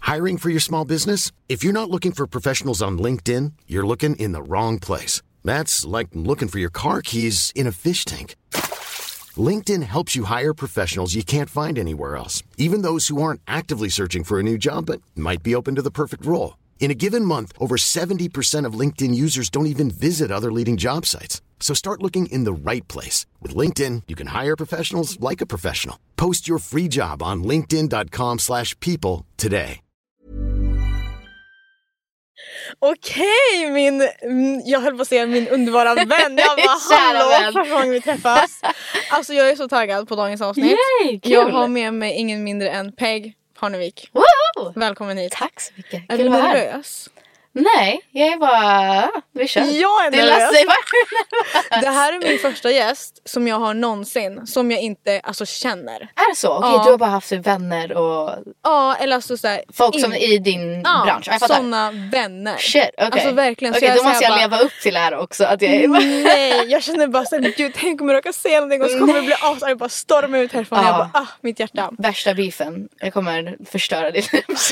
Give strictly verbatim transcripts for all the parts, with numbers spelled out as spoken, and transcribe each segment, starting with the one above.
Hiring for your small business? If you're not looking for professionals on LinkedIn, you're looking in the wrong place. That's like looking for your car keys in a fish tank. LinkedIn helps you hire professionals you can't find anywhere else, even those who aren't actively searching for a new job but might be open to the perfect role. In a given month, over seventy percent of LinkedIn users don't even visit other leading job sites. So start looking in the right place. With LinkedIn, you can hire professionals like a professional. Post your free job on linkedin dot com slash people today. Okej, min, jag höll på att säga min underbara vän. Jag bara, hallå, första gången vi träffas. Alltså jag är så taggad på dagens avsnitt. Yay, kul. Jag har med mig ingen mindre än Peg Parnevik. Wow. Välkommen hit. Tack så mycket. Är du nervös? Nej, jag är bara... Vi kör. Jag är det nervös. Det här är min första gäst som jag har någonsin, som jag inte alltså känner. Är det så? Okej, Ja. du har bara haft vänner och... Ja, eller alltså såhär... Folk in... som i din ja, bransch. Jag fattar. såna vänner. Shit, okej. Okay. Alltså verkligen. Okej, okay, då måste jag bara... leva upp till det här också. Att jag är... Nej, jag känner bara såhär, gud, tänk om jag råkar säga någonting och så kommer jag bli asarg och bara storma ut härifrån. Ja. Jag bara, ah, mitt hjärta. Värsta beefen. Jag kommer förstöra ditt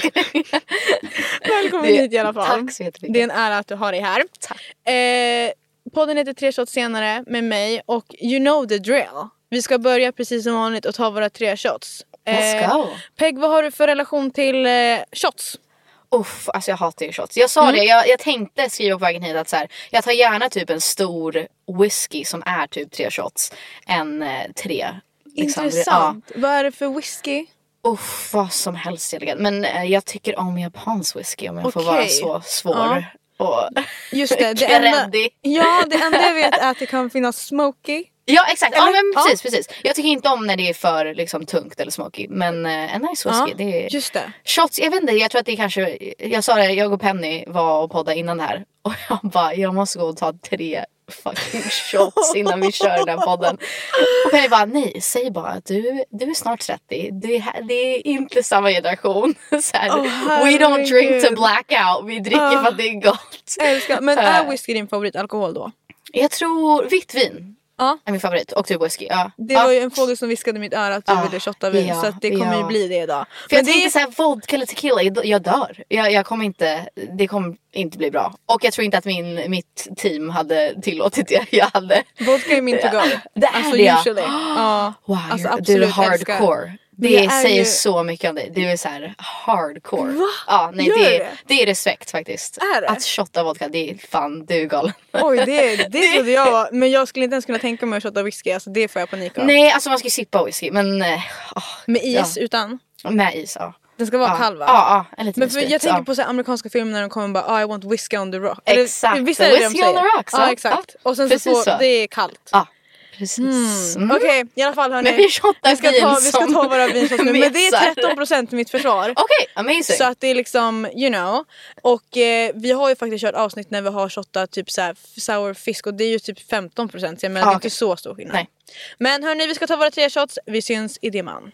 Välkommen hit i alla fall. Tack så jättemycket. Det är en ära att du har dig här. Tack. Eh, podden heter Tre shots senare med mig och you know the drill. Vi ska börja precis som vanligt och ta våra tre shots. Let's go. Peg, vad har du för relation till eh, shots? Uff, alltså jag hatar ju shots. Jag sa Mm. det, jag, jag tänkte skriva på vägen hit att så här, jag tar gärna typ en stor whisky som är typ tre shots än eh, tre. Liksom. Intressant. Ja. Vad är det för whisky? Uff, vad som helst egentligen. Men eh, jag tycker om japansk whisky om jag får Okej. vara så svår. Ja. Och Just det, det enda, kreddig. ja, det enda jag vet är att det kan finnas smoky. Ja, exakt. Ja, Eller? men precis, Ja. precis. Jag tycker inte om när det är för liksom tungt eller smoky. Men eh, en nice whisky, Ja, det är... just det. Shots, jag vet inte, jag tror att det är kanske... Jag sa det, jag och Penny var och podda innan det här. Och jag bara, jag måste gå och ta tre fucking shots innan vi kör den här podden. Och Penny bara, nej, säg bara att du, du är snart trettio. Det är, det är inte samma generation. Så här, Oh, we don't drink to herregud. black out. Vi dricker Oh. för att det är gott. Älskar. Men är whisky din favoritalkohol då? Jag tror vitt vin Ja. är min favorit. Och typ whisky, ja. Det ja. var ju en fågel som viskade i mitt öra att du Ja, ville shotta vin. ja, Så att det kommer ja. ju bli det idag. För Men jag det tänkte är... såhär, vodka eller tequila, jag, jag dör. Jag, jag kommer inte, det kommer inte bli bra. Och jag tror inte att min, mitt team hade tillåtit det. Jag hade... Vodka är min to go. Det är alltså det. usually. Ja. Wow, Alltså, du är absolut hardcore. Det, Det är säger ju- så mycket om dig. Du är så här hardcore. Va? Ja, nej, Gör det, det? det är respekt faktiskt. Är det? Att shotta vodka, det är fan, du är galen. Oj, det, det trodde jag var. Men jag skulle inte ens kunna tänka mig att shotta whisky. Alltså det får jag panik av. Nej, alltså man ska ju sippa whisky. Men eh, åh, Med is utan. med is, ja. Den ska vara Ja, kall va? ja, ja, en liten Men för sprit, jag tänker ja. på så här amerikanska filmer när de kommer bara oh, I want whiskey on the rock. Exakt. Visst är det det de Whiskey on säger? the rocks, Ja, ja. exakt. Ja, Och sen så precis får så. det är kallt. Ja, precis. Mm. Okej, i alla fall hörni. Men vi shottar vi ska vin ta, vi ska som ta våra vinshots nu. Men det är mesar. tretton procent i mitt försvar. Okej, amazing. Så att det är liksom, you know. Och eh, vi har ju faktiskt kört avsnitt när vi har shottat typ så här sour fisk. Och det är ju typ femton procent. Så jag menar Ah, det är okej. inte så stor skillnad. Nej. Men hörni, vi ska ta våra tre shots. Vi syns i dimman.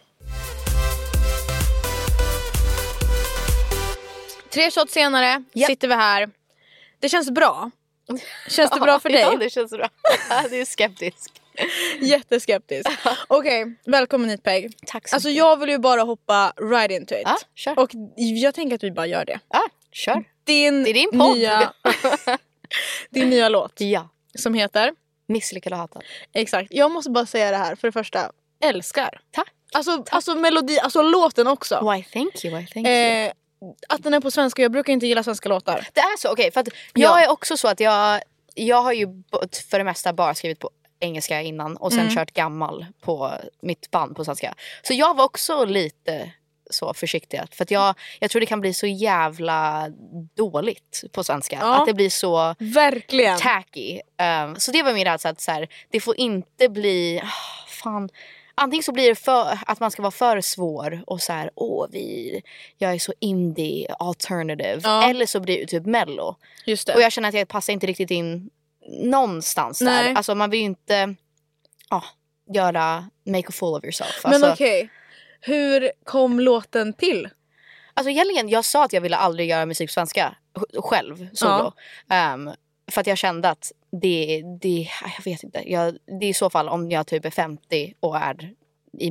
Tre shots senare Japp. sitter vi här. Det känns bra. Känns det bra för dig? Ja, det känns bra. Du är skeptisk. Jätteskeptisk. Okej, okay, välkommen hit Peg. Tack så Alltså mycket. jag vill ju bara hoppa right into it. Ja, kör. Och jag tänker att vi bara gör det. Ja, kör. Din, Det är din podd. nya, din nya låt Ja. som heter Misslyckad och hatad. exakt. Jag måste bara säga det här för det första. Älskar. Tack. Alltså, alltså melodi, alltså låten också. Why thank you, why thank you. Eh, att den är på svenska, jag brukar inte gilla svenska låtar. Det är så, okej. för att Ja. jag är också så att jag, jag har ju b- för det mesta bara skrivit på engelska innan. Och sen Mm. kört gammal på mitt band på svenska. Så jag var också lite så försiktig. För att jag, jag tror det kan bli så jävla dåligt på svenska. Ja. Att det blir så Verkligen. tacky. Um, så det var min rädsla att så här, det får inte bli... Oh, fan... Antingen så blir det för, att man ska vara för svår och så här, åh vi, jag är så indie, alternative. Ja. Eller så blir det typ mello. Just det. Och jag känner att jag passar inte riktigt in någonstans Nej. där. Alltså man vill ju inte ja, göra make a fool of yourself. Men Alltså, okej, hur kom låten till? alltså egentligen, jag sa att jag ville aldrig göra musik på svenska sj- själv, solo. Um, för att jag kände att det, det jag vet inte, jag, det är i så fall om jag typ är femtio och är i mello.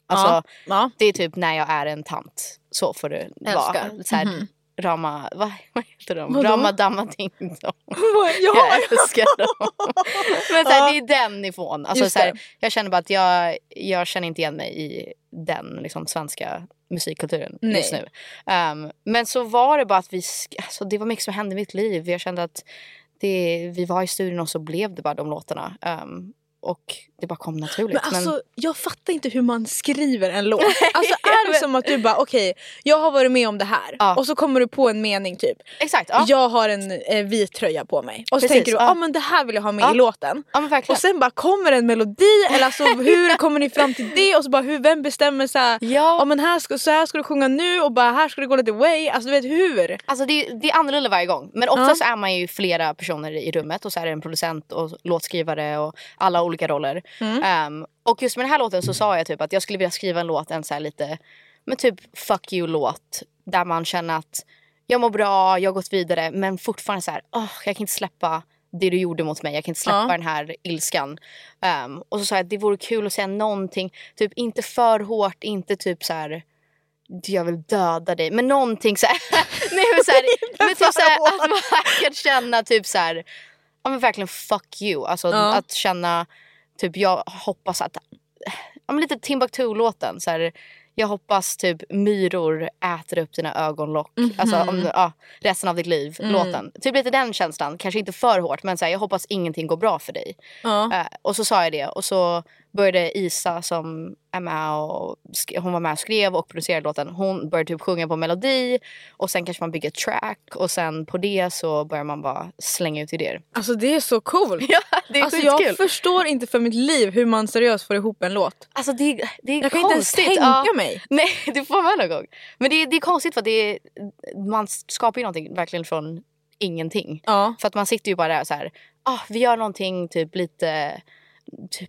Alltså ja. Ja. det är typ när jag är en tant. Så får det Älskar. vara. Så här, mm-hmm. Rama, vad, vad heter de? Vadå? Rama Damma Ding Dong. Ja, Jag älskar dem. Men så här, Ja. det är den nivån. Alltså, Just så här, det. jag känner bara att jag, jag känner inte igen mig i den liksom, svenska musikkulturen Nej. just nu. Um, men så var det bara att vi, sk- alltså, det var mycket som hände i mitt liv. Jag kände att det, vi var i studion och så blev det bara de låtarna. Um, och det bara kom naturligt. Men alltså men... jag fattar inte hur man skriver en låt. Alltså är det som att du bara okej, okay, jag har varit med om det här. Ja. Och så kommer du på en mening typ. Exakt, ja. Jag har en eh, vit tröja på mig. Och så Precis, tänker du, ja ja. ah, men det här vill jag ha med Ja. i låten. Ja, men verkligen. Och sen bara kommer en melodi. Eller alltså hur kommer ni fram till det? Och så bara hur, vem bestämmer så här, Ja. ah, men här ska, så här ska du sjunga nu. Och bara här ska det gå lite way. Alltså du vet hur? Alltså det, det är annorlunda varje gång. Men oftast ja. är man ju flera personer i rummet. Och så är det en producent och låtskrivare och alla olika roller. Mm. Um, och just med den här låten så sa jag typ att jag skulle vilja skriva en låt, en så här lite, men typ fuck you-låt. Där man känner att jag mår bra, jag har gått vidare. Men fortfarande så här, oh, jag kan inte släppa det du gjorde mot mig. Jag kan inte släppa Ja. den här ilskan. Um, och så sa jag att det vore kul att säga någonting. Typ inte för hårt, inte typ så här, jag vill döda dig. Men någonting så här. Nej, men så här, men typ så här att man kan känna typ så här, ja men verkligen fuck you. Alltså Ja. att känna typ jag hoppas att, ja men lite Timbuktu-låten så här, jag hoppas typ myror äter upp dina ögonlock. Mm-hmm. Alltså om, ja, resten av ditt liv, mm. låten. Typ lite den känslan, kanske inte för hårt. Men så här, jag hoppas ingenting går bra för dig. Ja. Uh, och så sa jag det. Och så började Isa som är med och sk- hon var med och skrev och producerade låten. Hon började typ sjunga på melodi. Och sen kanske man bygger ett track. Och sen på det så börjar man bara slänga ut idéer. Alltså det är så coolt. Ja, det är alltså skitkul. jag förstår inte för mitt liv hur man seriöst får ihop en låt. Alltså det, det är jag kan konstigt. inte ens tänka ja. mig. Nej, det får man någon gång. Men det, det är konstigt för att det är, man skapar ju någonting verkligen från ingenting. Ja. För att man sitter ju bara där och så här, ah, vi gör någonting typ lite typ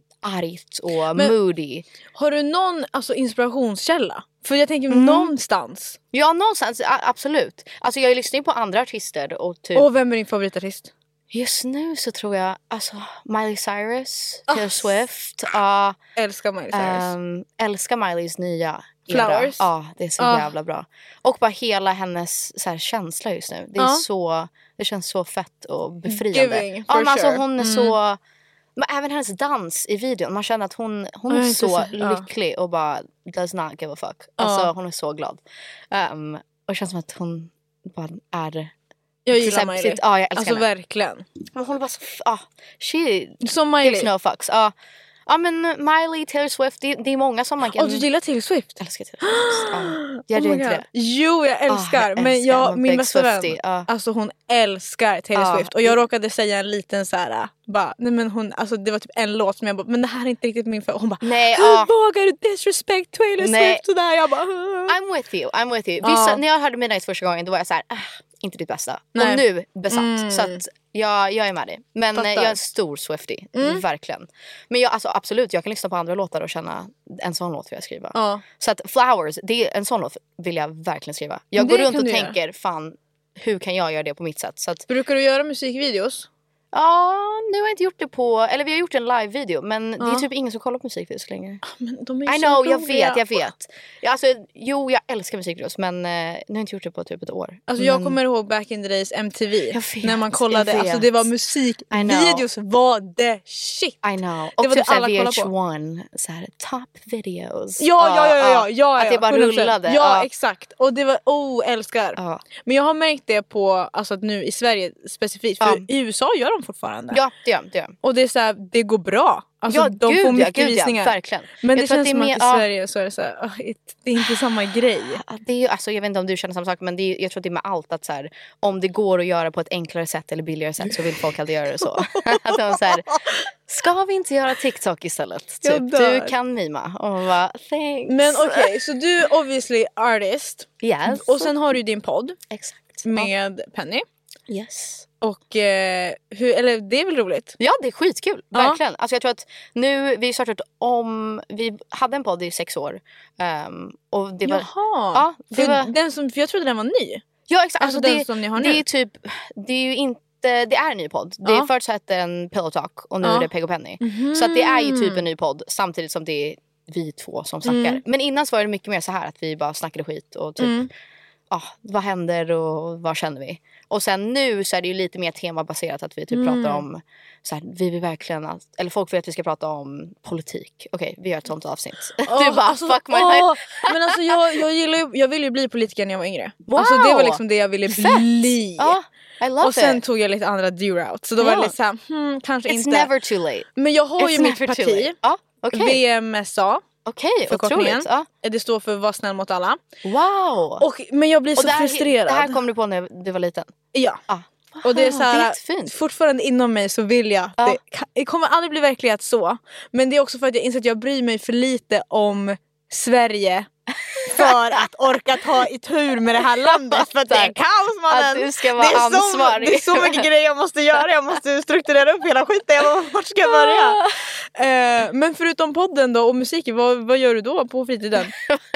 argt och Men, moody. Har du någon alltså, inspirationskälla? För jag tänker Mm. någonstans. Ja, någonstans, a- absolut. Alltså jag lyssnar ju på andra artister och typ. Och vem är din favoritartist? Just nu så tror jag alltså Miley Cyrus, Taylor Oh. Swift. Uh, Älskar Miley Cyrus. um, älskar Mileys nya Flowers. Ja, det är så Ah. jävla bra. Och bara hela hennes så här, känsla just nu. Det är Ah. så, det känns så fett och befriande. Giving, ja, for men alltså sure. hon är Mm. så. Men även hennes dans i videon. Man känner att hon, hon Jag är har inte så sett- ja. lycklig och bara does not give a fuck. Alltså hon är så glad. Um, och det känns som att hon bara är. Jag gillar sitt- Miley. sitt- Ja, jag älskar Alltså henne. verkligen. Men hon är bara så, f- ah, she Som gives Miley. no fucks. Ja, ja men Miley, Taylor Swift, det, det är många som man kan. Och du gillar Taylor Swift? älskar Taylor Swift. Ja. Jag Oh gör my inte God. det. Jo, jag älskar. Ah, jag men älskar. jag, I'm a min big bästa vän, Swiftie. Ah. alltså hon älskar Taylor Ah. Swift. Och jag råkade säga en liten så här, bara, nej men hon, alltså det var typ en låt som jag bara, men det här är inte riktigt min för. Hon bara, Nej, hur ja. vågar du disrespect Taylor Nej. Swift sådär? Jag bara, "Ah." I'm with you, I'm with you. Ja. Vissa, när jag hörde Midnight första gången då var jag så här, ah, inte ditt bästa. Nej. Och nu besatt. Mm. Så att jag, jag är med dig. Men Fattar. eh, jag är en stor Swiftie, Mm. verkligen. Men jag, alltså, absolut, jag kan lyssna på andra låtar och känna en sån låt vill jag skriva. Ja. Så att Flowers, det är en sån låt vill jag verkligen skriva. Jag Det går runt kan och du tänker, fan, hur kan jag göra det på mitt sätt? Så att, Brukar du göra musikvideos? ja, nu har jag inte gjort det på, eller vi har gjort en live-video. Men det är Ja. typ ingen som kollar på musikvideos längre. Men de är I så know, jag roliga. vet, jag vet. Ja, alltså, jo, jag älskar musikvideos men eh, nu har jag inte gjort det på typ ett år. Alltså jag men, kommer ihåg back in the days M T V. Jag vet, när man kollade, jag alltså vet. det var I musikvideos var det shit. I know. Det Och var typ det alla såhär kollade V H ett, såhär top videos. Ja, ja, ja, ja, ja, ja, Att det bara hundra procent. rullade. Ja, Ja. exakt. Och det var, oh, älskar. Ja. Men jag har märkt det på, alltså att nu i Sverige specifikt. För Ja. i U S A gör de fortfarande. Ja, det gör det. Gör. Och det är så här, det går bra. Alltså Ja, de gud, får ja, mycket gud, visningar. Ja, verkligen. Men Jag det tror känns att som det är att mer- i ja. Sverige så är det så här, oh, it, det är inte samma grej. Ja, det är ju, alltså, jag vet inte om du känner samma sak men det är, jag tror att det är med allt att så här, om det går att göra på ett enklare sätt eller billigare sätt så vill folk alltid göra det så. Att de så här, ska vi inte göra TikTok istället? Jag Typ, dör. du kan mima. Och man bara, thanks. Men okej, okay, så du är obviously artist. Yes. Och sen har du din podd Exakt. med Penny. Ja. Yes. Och eh, hur, eller det är väl roligt? Ja, det är skitkul. Ja. Verkligen. Alltså jag tror att nu, vi har startat om, vi hade en podd i sex år. Um, och det var, Jaha, ja, det för, var, den som, för jag trodde den var ny. ja exakt. Alltså, Alltså, den det, som ni har det nu. är typ, det är ju inte, det är en ny podd. Det Ja. är förut hette en Pillow Talk och nu Ja. är det Peg och Penny. Mhm. Så att det är ju typ en ny podd samtidigt som det är vi två som snackar. Mm. Men innan så var det mycket mer så här att vi bara snackade skit och typ Mm. ah, vad händer och vad känner vi? Och sen nu så är det ju lite mer temabaserat att vi typ Mm. pratar om så här, vi vill verkligen att, eller folk vill att vi ska prata om politik. Okej, vi gör ett sånt avsnitt. Oh, du bara alltså, fuck my oh, life. Men alltså jag, jag, gillar ju, jag ville ju bli politiker när jag var yngre. Wow. Alltså det var liksom det jag ville Fett. bli. Ja, I love Och sen it. tog jag lite andra due-out. Så då var Ja. det lite såhär, hmm, kanske It's inte. never too late. Men jag har It's ju mitt never too parti. late. Ja, okej. V M S A. Okej, förkortningen. otroligt. Ja. Det står för var snäll mot alla. Wow. Och, men jag blir Och så det här, frustrerad. det här kom du på när du var liten? Ja. Ah. Och det är så Wow, här, det är jättefint. fortfarande inom mig så vill jag. Ja. Det, kan, det kommer aldrig bli verklighet så. Men det är också för att jag inser att jag bryr mig för lite om Sverige. För att orka ta i tur med det här landet. För att det är kaos, mannen. Att du ska vara det, är så, ansvarig. det är så mycket grejer jag måste göra. Jag måste strukturera upp hela skiten. Jag bara, vart ska jag börja? uh, men förutom podden då och musiken, vad, vad gör du då på fritiden?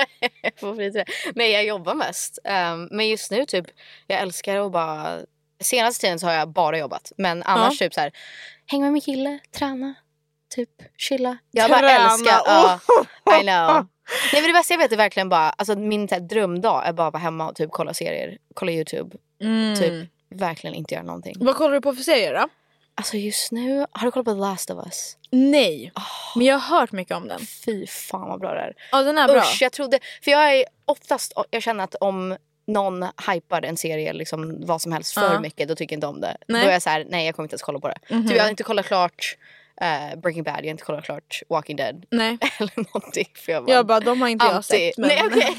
på fritiden. Nej, jag jobbar mest. Um, men just nu typ, jag älskar att bara... Senaste tiden så har jag bara jobbat. Men annars Ja. typ så här, hänga med min kille, träna, typ chilla. Jag bara Träna, älskar... oh. Uh, I know. Nej, men det bästa jag vet är verkligen bara, alltså min så här, drömdag är bara att vara hemma och typ kolla serier, kolla YouTube. Mm. Typ verkligen inte göra någonting. Vad kollar du på för serier då? Alltså just nu, har du kollat på The Last of Us? Nej, Oh, men jag har hört mycket om den. fy fan vad bra det är. Ja, den är bra. Usch, jag trodde, för jag är oftast, jag känner att om någon hypar en serie liksom vad som helst för Ja. mycket, då tycker jag inte om det. Nej. Då är jag så här, nej jag kommer inte ens kolla på det. Mhm. Typ, jag har inte kollat klart uh, Breaking Bad, jag har inte kollat klart Walking Dead Nej, eller någonting. För jag bara, jag bara, de har inte jag anti. sett. Men... Nej, okay.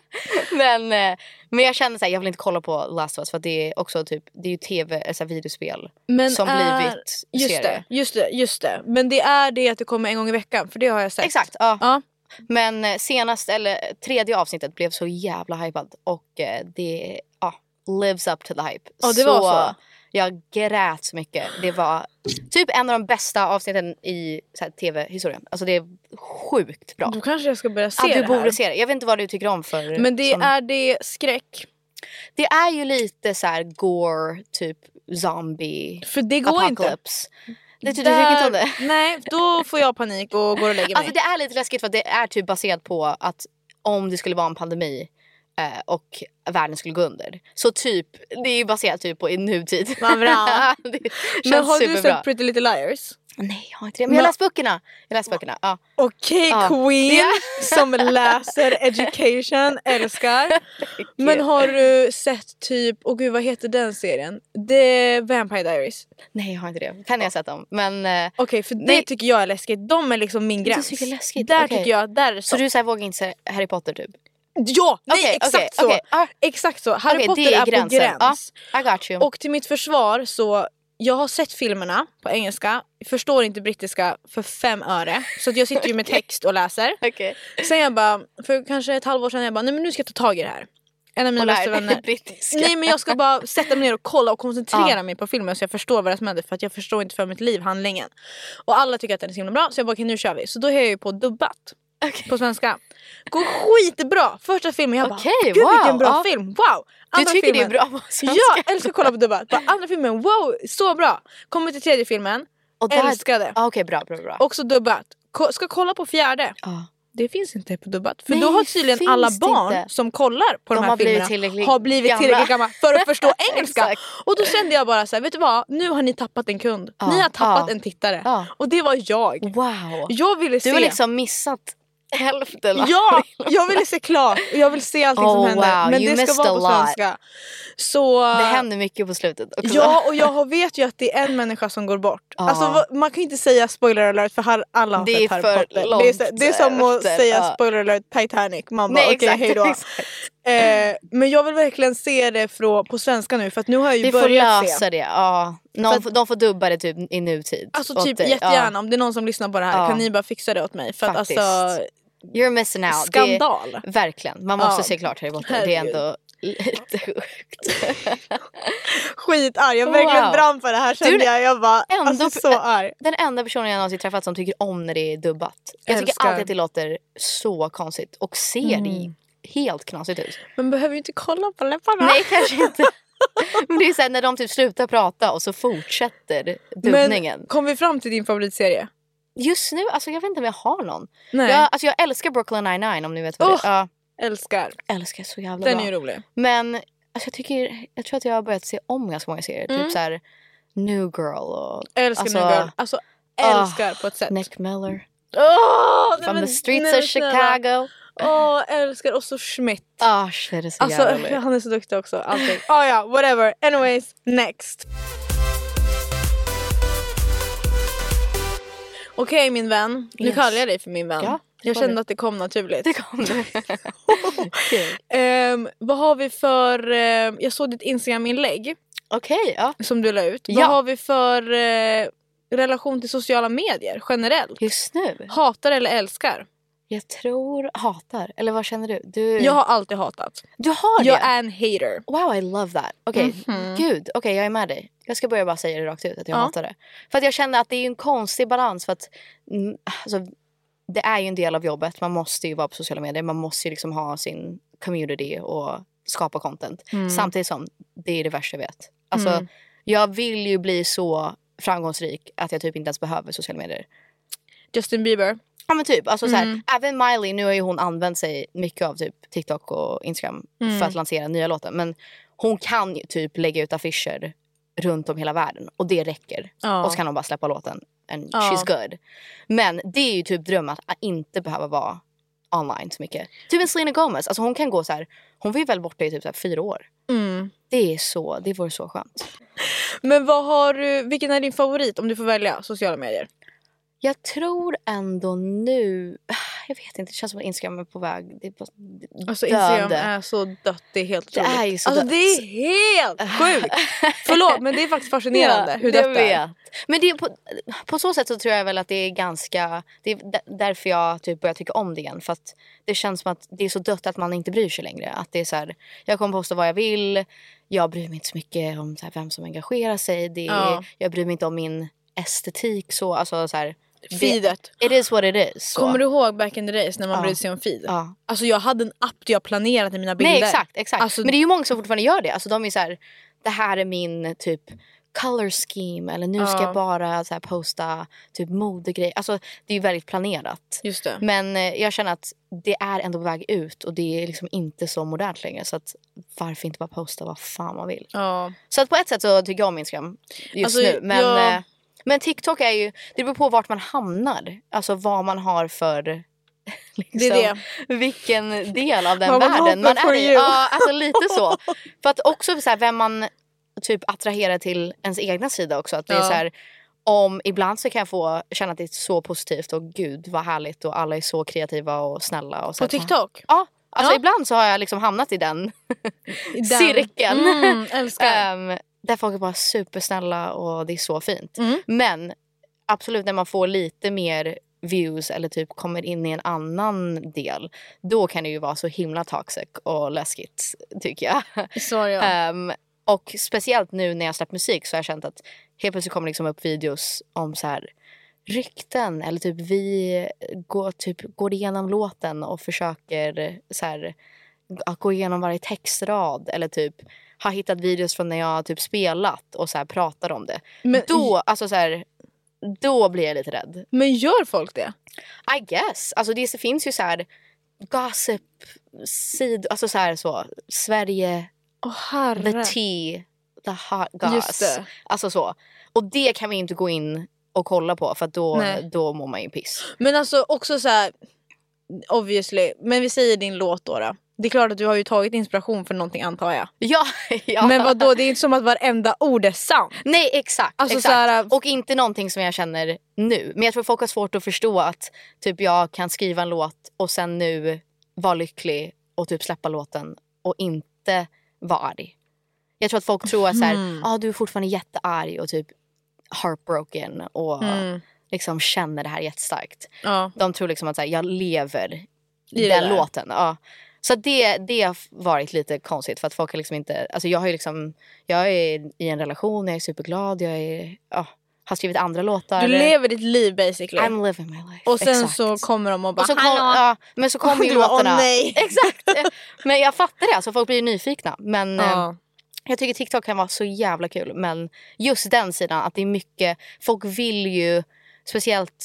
men, eh, men jag känner så här, jag vill inte kolla på Last of Us för att det är också typ, det är ju tv, alltså videospel men som är... blivit just serie. det, just det, just det. Men det är det att det kommer en gång i veckan, för det har jag sett. Exakt, ja. Ja. Men eh, senast, eller tredje avsnittet blev så jävla hypad. Och eh, det ja, lives up to the hype. Ja, det var så. Jag grät så mycket. Det var typ en av de bästa avsnitten i så här, tv-historien. Alltså det är sjukt bra. Då kanske jag ska börja se Ja, du det borde här. se det. Jag vet inte vad du tycker om för... Men det som, är det skräck. det är ju lite så här gore, typ zombie, För det går inte. apocalypse. Det, du tycker inte om det? Nej, då får jag panik och går och lägger mig. Alltså det är lite läskigt för att det är typ baserat på att om det skulle vara en pandemi eh, och världen skulle gå under. Så typ, det är ju baserat typ på i nutid. Vad bra. Det Men känns har du superbra. sett Pretty Little Liars? Nej, jag har inte det. Men jag har Men- läst böckerna. Jag har läst böckerna, ja. Okej, Ja. Queen Ja. som läser education, älskar. Men har du sett typ, åh gud vad heter den serien? The Vampire Diaries. Nej, jag har inte det. Kan jag ha sett dem. Men, eh, Okej, för det Nej. tycker jag är läskigt. De är liksom min Du gräns. tycker det är läskigt? Där Okej. tycker jag, där är det så så. du så här, vågar inte se Harry Potter typ? Ja, nej Okej, exakt okej, så. okej. Ah, Exakt så. Harry okej, Potter det är är, på gränsen. gräns. I got you. Och till mitt försvar så, jag har sett filmerna på engelska, förstår inte brittiska för fem öre. Så att jag sitter ju med text och läser. Okej. Sen jag bara, för kanske ett halvår sedan jag bara, nej men nu ska jag ta tag i det här. En av mina Och bästa lär dig vänner. brittiska. Nej men jag ska bara sätta mig ner och kolla och koncentrera Ja. mig på filmen så jag förstår vad det är som händer, för att jag förstår inte för mitt liv handlingen. Och alla tycker att den är så himla bra så jag bara, okej nu kör vi. Så då är jag ju på dubbat. Okej. På svenska. Går skitbra. Första filmen jag bara, Okej, gud wow, vilken bra ja. film. Wow. Du Andra tycker filmen, det är bra på svenska? Ja, älskar att kolla på dubbat. Bara, andra filmen, wow, så bra. Kommer till tredje filmen, Och där- älskade. Ah, Okej, bra, bra, bra. Också dubbat. Ko- ska kolla på fjärde. Ja. Det finns inte på dubbat. För Nej, då har tydligen finns alla det barn inte. som kollar på de, De här har blivit filmerna tillräckligt har blivit gamla. tillräckligt gamla för att förstå engelska. Exakt. Och då kände jag bara så här, vet du vad? Nu har ni tappat en kund. Ja, Ni har tappat ja, en tittare. ja. Och det var jag. Wow. Jag ville se. Du har liksom missat hälften av Ja, jag ville se klart. Och jag vill se allting Oh, som händer. wow, Men you det ska missed vara a på lot. svenska. Så... Det händer mycket på slutet också. Ja, och jag har- vet ju att det är en människa som går bort. Ja. Alltså, vad- man kan ju inte säga spoiler alert för har- alla har Det är sett Harry för Potter. långt Det är, så- det är som att efter, säga ja. spoiler alert Titanic. Man bara Nej, okej, exakt, hej då. exakt. Eh, men jag vill verkligen se det från, på svenska nu för att nu har jag ju Vi får börjat lösa se. det. Ja. Någon, För att- får- de får dubba det typ i nutid. Alltså åt typ dig. jättegärna om det är någon som lyssnar på det här Ja. kan ni bara fixa det åt mig. För att Faktiskt. alltså, Ja. You're missing out. skandal. Det är, verkligen. Man måste Ja. se klart Harry Potter. Herregud. Det är ändå lite sjukt. Skitarg, jag verkligen Wow. brann för det här kände Du, jag. Jag var ändå- alltså, så arg. Den enda personen jag någonsin träffat som tycker om när det är dubbat. Jag tycker Älskar. alltid att det låter så konstigt. Och ser Mm. helt knasigt ut. Men behöver ju inte kolla på läpparna. Nej, kanske inte. Men det är så här, när de typ slutar prata och så fortsätter dubbningen. Men kom vi fram till din favoritserie? just nu, alltså jag vet inte om jag har någon. Nej. Jag, alltså jag älskar Brooklyn Nine-Nine om ni vet vad Oh, det är. Ja, älskar. älskar så jävla Den bra. är ju rolig. Men alltså jag tycker, jag tror att jag har börjat se om ganska många serier. Mm. Typ så här New Girl och Älskar alltså, New Girl. Alltså älskar på ett sätt. Nick Miller. Åh, From men, the streets nej, of snälla. Chicago. Åh, älskar. Och så Schmidt. Ah, shit, det är så Alltså jävla roligt. han är så duktig också. Allting. Oh, ja, whatever. Anyways, next. Okej okay, min vän. Nu Yes. kallar jag dig för min vän. Ja, jag får kände du. att det kom naturligt. Det kom det. Kul. um, vad har vi för... Uh, jag såg ditt Instagram-inlägg Okej, ja. som du la ut. Ja. Vad har vi för uh, relation till sociala medier generellt? Just nu. Hatar eller älskar? Jag tror hatar. Eller vad känner du? Du, Jag har alltid hatat. du har det? Jag är en hater. Wow, I love that. Okej, Mhm. gud. Okej, jag är med dig. Jag ska börja bara säga det rakt ut att jag Ja. hatar det. För att jag känner att det är en konstig balans. För att mm, alltså, det är ju en del av jobbet. Man måste ju vara på sociala medier. Man måste ju liksom ha sin community och skapa content. Mm. Samtidigt som det är det värsta jag vet. Alltså, Mm. jag vill ju bli så framgångsrik att jag typ inte ens behöver sociala medier. Justin Bieber. Ja men typ, alltså Mm. såhär, även Miley, nu har ju hon använt sig mycket av typ TikTok och Instagram Mm. för att lansera nya låtar. Men hon kan ju typ lägga ut affischer runt om hela världen och det räcker. Ja. Och så kan hon bara släppa låten and Ja. she's good. Men det är ju typ drömmen att inte behöva vara online så mycket. Typ en Selena Gomez, alltså hon kan gå så här. Hon var ju väl borta i typ så här fyra år. Mm. Det är så, det vore så skönt. Men vad har du, vilken är din favorit om du får välja sociala medier? Jag tror ändå nu, jag vet inte, det känns som att Instagram är på väg. Det är bara Alltså döende. Instagram är så dött, det är helt Det otroligt. är ju så alltså dött. det är helt sjukt. Förlåt men det är faktiskt fascinerande Ja, hur jag dött det är. vet. Men det är på, på så sätt så tror jag väl att det är ganska, det är d- därför jag typ börjar tycka om det igen. För att det känns som att det är så dött att man inte bryr sig längre. Att det är så här, jag kommer posta vad jag vill. Jag bryr mig inte så mycket om så här, vem som engagerar sig. Det är, Ja. Jag bryr mig inte om min estetik så, alltså så här. Feedet. It is what it is. Så. Kommer du ihåg back in the days när man Ja. brydde sig om feed? Ja. Alltså jag hade en app där jag planerade till mina bilder. Nej exakt, exakt. Alltså, men det är ju många som fortfarande gör det. Alltså de är så här, det här är min typ color scheme. Eller nu ska Ja. jag bara så här, posta typ modegrejer. Alltså det är ju väldigt planerat. just det. Men eh, jag känner att det är ändå på väg ut. Och det är liksom inte så modernt längre. Så att varför inte bara posta vad fan man vill. Ja. Så att på ett sätt så tycker jag om Instagram just Alltså, nu. Men, jag- eh, men TikTok är ju, det beror på vart man hamnar. Alltså vad man har för liksom, Det är det. vilken del av den Vad man världen har man för är i. you. Ja, alltså lite så. För att också så här, vem man typ attraherar till ens egna sida också. Att det är Ja. så här, om ibland så kan jag få känna att det är så positivt och gud vad härligt och alla är så kreativa och snälla. Och så På att- TikTok? Ja, alltså Ja. ibland så har jag liksom hamnat i den, I den. cirkeln. Mm, älskar. Ehm, där folk är bara supersnälla och det är så fint. Mm. Men absolut när man får lite mer views eller typ kommer in i en annan del, då kan det ju vara så himla toxic och läskigt tycker jag. Så ja. Ehm, och speciellt nu när jag släppt musik så har jag känt att helt plötsligt kommer liksom upp videos om så här rykten eller typ vi går, typ, går igenom låten och försöker så här, att gå igenom varje textrad eller typ har hittat videos från när jag har typ spelat och så här pratar om det. Men, Då, alltså så här, då blir jag lite rädd. men gör folk det? I guess. Alltså det finns ju så här gossip sid, alltså så här så Sverige, Åh herre. the tea, the hot goss. Just det. Alltså så. Och det kan vi inte gå in och kolla på för att då, Nej. då mår man ju piss. Men alltså också så här, obviously, men vi säger din låt då, då. Det är klart att du har ju tagit inspiration för någonting antar jag. Ja, ja. Men vad då? Det är inte som att varenda ord är sant. Nej, exakt. Alltså exakt. så här- Och inte någonting som jag känner nu. Men jag tror folk har svårt att förstå att typ jag kan skriva en låt och sen nu vara lycklig och typ släppa låten och inte vara arg. Jag tror att folk tror att så här, Mm. ah, du är fortfarande jättearg och typ heartbroken och Mm. liksom känner det här jättestarkt. Ja. De tror liksom att så här, jag lever I det den där. låten. Ja. Så det, det har varit lite konstigt för att folk har liksom inte, alltså jag har ju liksom, jag är i en relation, jag är superglad, jag är, ja, har skrivit andra låtar. Du lever ditt liv basically. I'm living my life. Och sen Exakt. så kommer de och bara och så kom, hallå. ja, men så kommer ju Du bara, låtarna. åh, nej. Exakt. Men jag fattar det, alltså folk blir ju nyfikna. Men eh, Ja. jag tycker TikTok kan vara så jävla kul. Men just den sidan, att det är mycket, folk vill ju, speciellt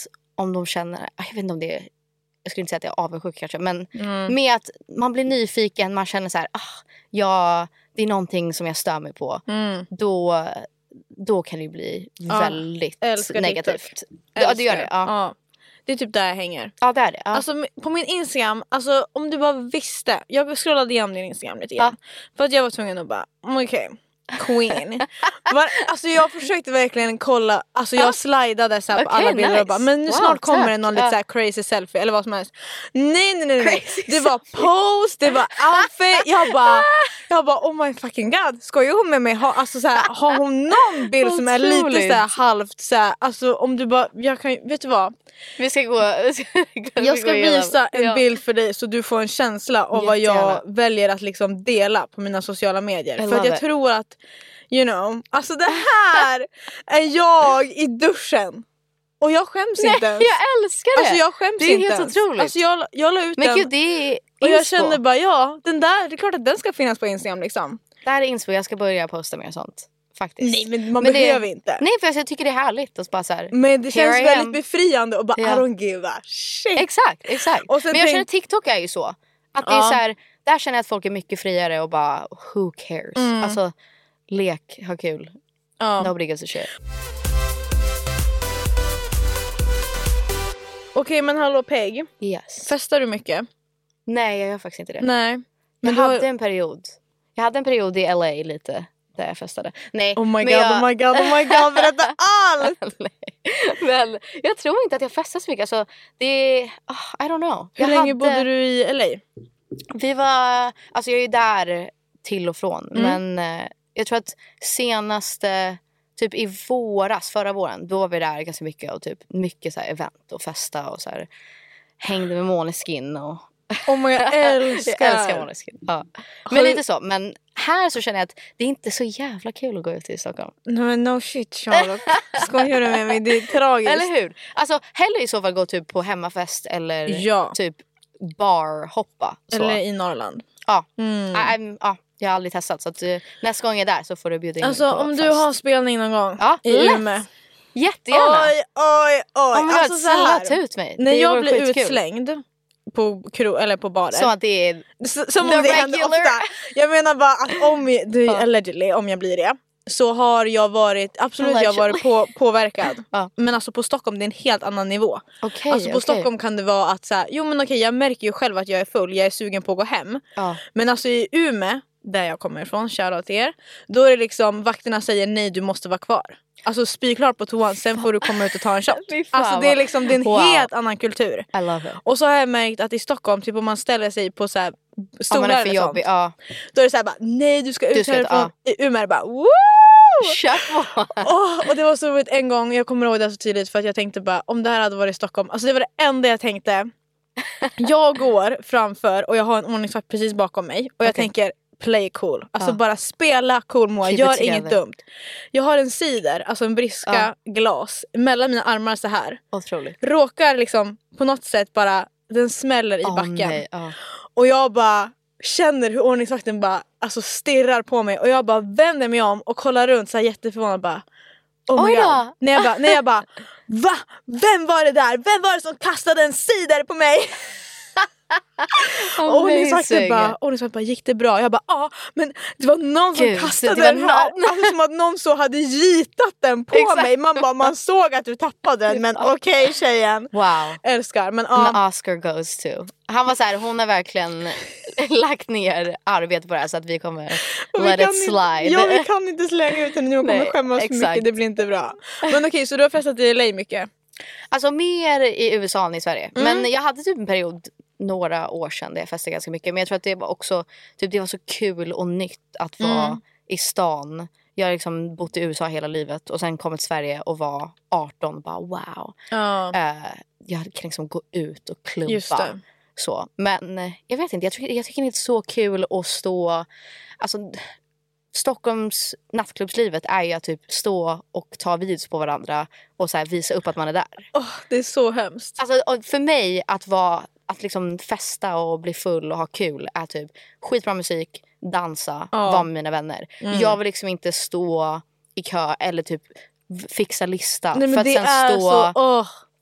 om de känner, jag vet inte om det är, jag skulle inte säga att det är avundsjuk kanske, men Mm. med att man blir nyfiken, man känner så här, ah, ja, det är någonting som jag stör mig på. Mm. Då, då kan det ju bli Ja, väldigt älskar negativt. TikTok. Ja, det gör det. Älskar. Ja, Ja. Det är typ där jag hänger. ja det är det. Ja. Alltså på min Instagram, alltså om du bara visste. Jag scrollade igenom din Instagram lite grann. För att jag var tvungen att bara, okej, okay, queen. Var, alltså jag försökte verkligen kolla, alltså jag slidade så här på Okay, alla bilder nice. och bara, men nu Wow, snart kommer det tack. någon lite Ja. så här crazy selfie eller vad som helst. Nej nej nej, nej. Crazy Det var post, det var outfit. Jag bara, jag bara oh my fucking god. Skojar hon med mig? Ha, alltså så här, har hon någon bild som är lite Otroligt. så här halvt så här, alltså om du bara, jag kan, vet du vad? Vi ska gå, vi ska, vi Jag ska gå igenom. visa en Ja. bild för dig så du får en känsla av vad jag Jättegärna. väljer att liksom dela på mina sociala medier. I För att love jag it. tror att, you know, alltså det här är jag i duschen. Och jag skäms Nej, inte ens. jag älskar det. Alltså jag skäms Det är inte helt ens. otroligt. Alltså jag, jag la ut Men den gud, det är och jag inspo. kände bara ja, den där, det är klart att den ska finnas på Instagram liksom. Det här är inspo, jag ska börja posta mer sånt. Faktiskt. Nej men man Men det- behöver inte. Nej, för jag tycker det är härligt att bara så här. Men det Here känns I väldigt am. befriande och bara Ja. I don't give a shit. Exakt, exakt. Och sen Men jag tänk- känner TikTok är ju så. Att det Ja. är så här, där känner jag att folk är mycket friare och bara who cares. Mm. Alltså lek, ha kul. Ja. Nobody gives a shit. Okej men hallå Peg, Yes. festar du mycket? Nej, jag gör faktiskt inte det. Nej. jag Men du har- hade en period. Jag hade en period i L A lite där jag festade. Nej. Oh my men god, jag... oh my god, oh my god, berätta allt! Nej. Men jag tror inte att jag festar så mycket. Alltså, det är, oh, I don't know. Hur jag länge hade... bodde du i L A? Vi var, alltså jag är ju där till och från. Mm. Men eh, jag tror att senaste, typ i våras, förra våren, då var vi där ganska mycket. Och typ mycket så här event och festa och så här. Hängde med Måneskin och... Oh my god, jag älskar! Jag älskar Måneskin. Ja. Har Men du- lite så. Men här så känner jag att det är inte så jävla kul att gå ut i Stockholm. No, men no shit Charlotte. Skojar du med mig? Det är tragiskt. Eller hur? Alltså hellre i så fall gå typ på hemmafest eller Ja. typ barhoppa. Så. Eller i Norrland. Ja. Mm. I, I'm, ja, jag har aldrig testat så att, uh, nästa gång jag är där så får du bjuda in Alltså mig på om fest. du har spelning någon gång Ja, i lätt. Umeå. Jättegärna. Oj, oj, oj. Oh my alltså God, så här. snälla ta ut mig. När Det jag vore blir skitkul. utslängd på kro eller på barer. Så att det är... S- Som The om det händer regular. ofta. Jag menar bara att om jag, det, Ja. allegedly, om jag blir det. Så har jag varit, absolut jag har varit på, påverkad. Ja. Men alltså på Stockholm det är en helt annan nivå. Okej, Alltså på okej. Stockholm kan det vara att så här, jo men okej jag märker ju själv att jag är full, jag är sugen på att gå hem. Ja. Men alltså i Umeå, där jag kommer ifrån, shoutout till er. Då är det liksom, vakterna säger nej du måste vara kvar. Alltså spy klart på toan, sen får du komma ut och ta en shot. Fy fan, Alltså det är liksom, det är en wow. helt annan kultur. I love it. Och så har jag märkt att i Stockholm, typ om man ställer sig på så här Om man stolar är för eller sånt. jobbig. Ja. Då är det så här bara, nej du ska ut Du ska ut, härifrån. I Umeå är det bara, woo! Kör på. Åh, och det var så roligt en gång, jag kommer ihåg det så tydligt för att jag tänkte bara, om det här hade varit i Stockholm. Alltså det var det enda jag tänkte. Jag går framför och jag har en ordningsvakt precis bakom mig. Och jag Okej. tänker, play cool. Alltså Ja. bara spela cool Moa, Keep it gör together. inget dumt. Jag har en cider, alltså en briska glas mellan mina armar så här. Otroligt. Råkar liksom på något sätt bara, den smäller i Åh, backen. nej, ja. Och jag bara känner hur ordningsvakten bara alltså stirrar på mig. Och jag bara vänder mig om och kollar runt så här jätteförvånad bara. Oh my Oj då. god. När jag bara, när jag bara va? Vem var det där? Vem var det som kastade en cider på mig? Och ordningsvakten Amazing. bara, ordningsvakten bara, gick det bra? Jag bara, ja men det var någon som Gud, kastade det var den här. någon. Alltså som att någon så hade gitat den på Exakt. mig. Man bara, man såg att du tappade den. Men okej okay, tjejen. Wow. Älskar. Men Ja. ja. Oscar goes to. Han var så här, hon har verkligen lagt ner arbete på det här så att vi kommer Och vi let kan it inte- slide. Ja, vi kan inte slänga ut henne nu och kommer Nej, skämmas för exakt. mycket. Det blir inte bra. Men okej, så du har festat i L A mycket? Alltså mer i U S A än i Sverige. Mm. Men jag hade typ en period några år sedan där jag festade ganska mycket. Men jag tror att det var också typ, det var så kul och nytt att vara Mm. i stan. Jag har liksom bott i U S A hela livet och sen kommit till Sverige och var arton och bara wow. Ja, Eh, jag kan liksom gå ut och klubba. just det. Så. Men eh, jag vet inte, jag tycker, jag tycker det är så kul att stå... Alltså, Stockholms nattklubbslivet är ju att typ stå och ta videos på varandra och så här visa upp att man är där. Åh, det är så hemskt. Alltså, och för mig att vara att liksom festa och bli full och ha kul är typ skitbra musik, dansa, Ja. vara med mina vänner. Mm. Jag vill liksom inte stå i kö eller typ v- fixa lista Nej, men för att det sen är stå så, åh.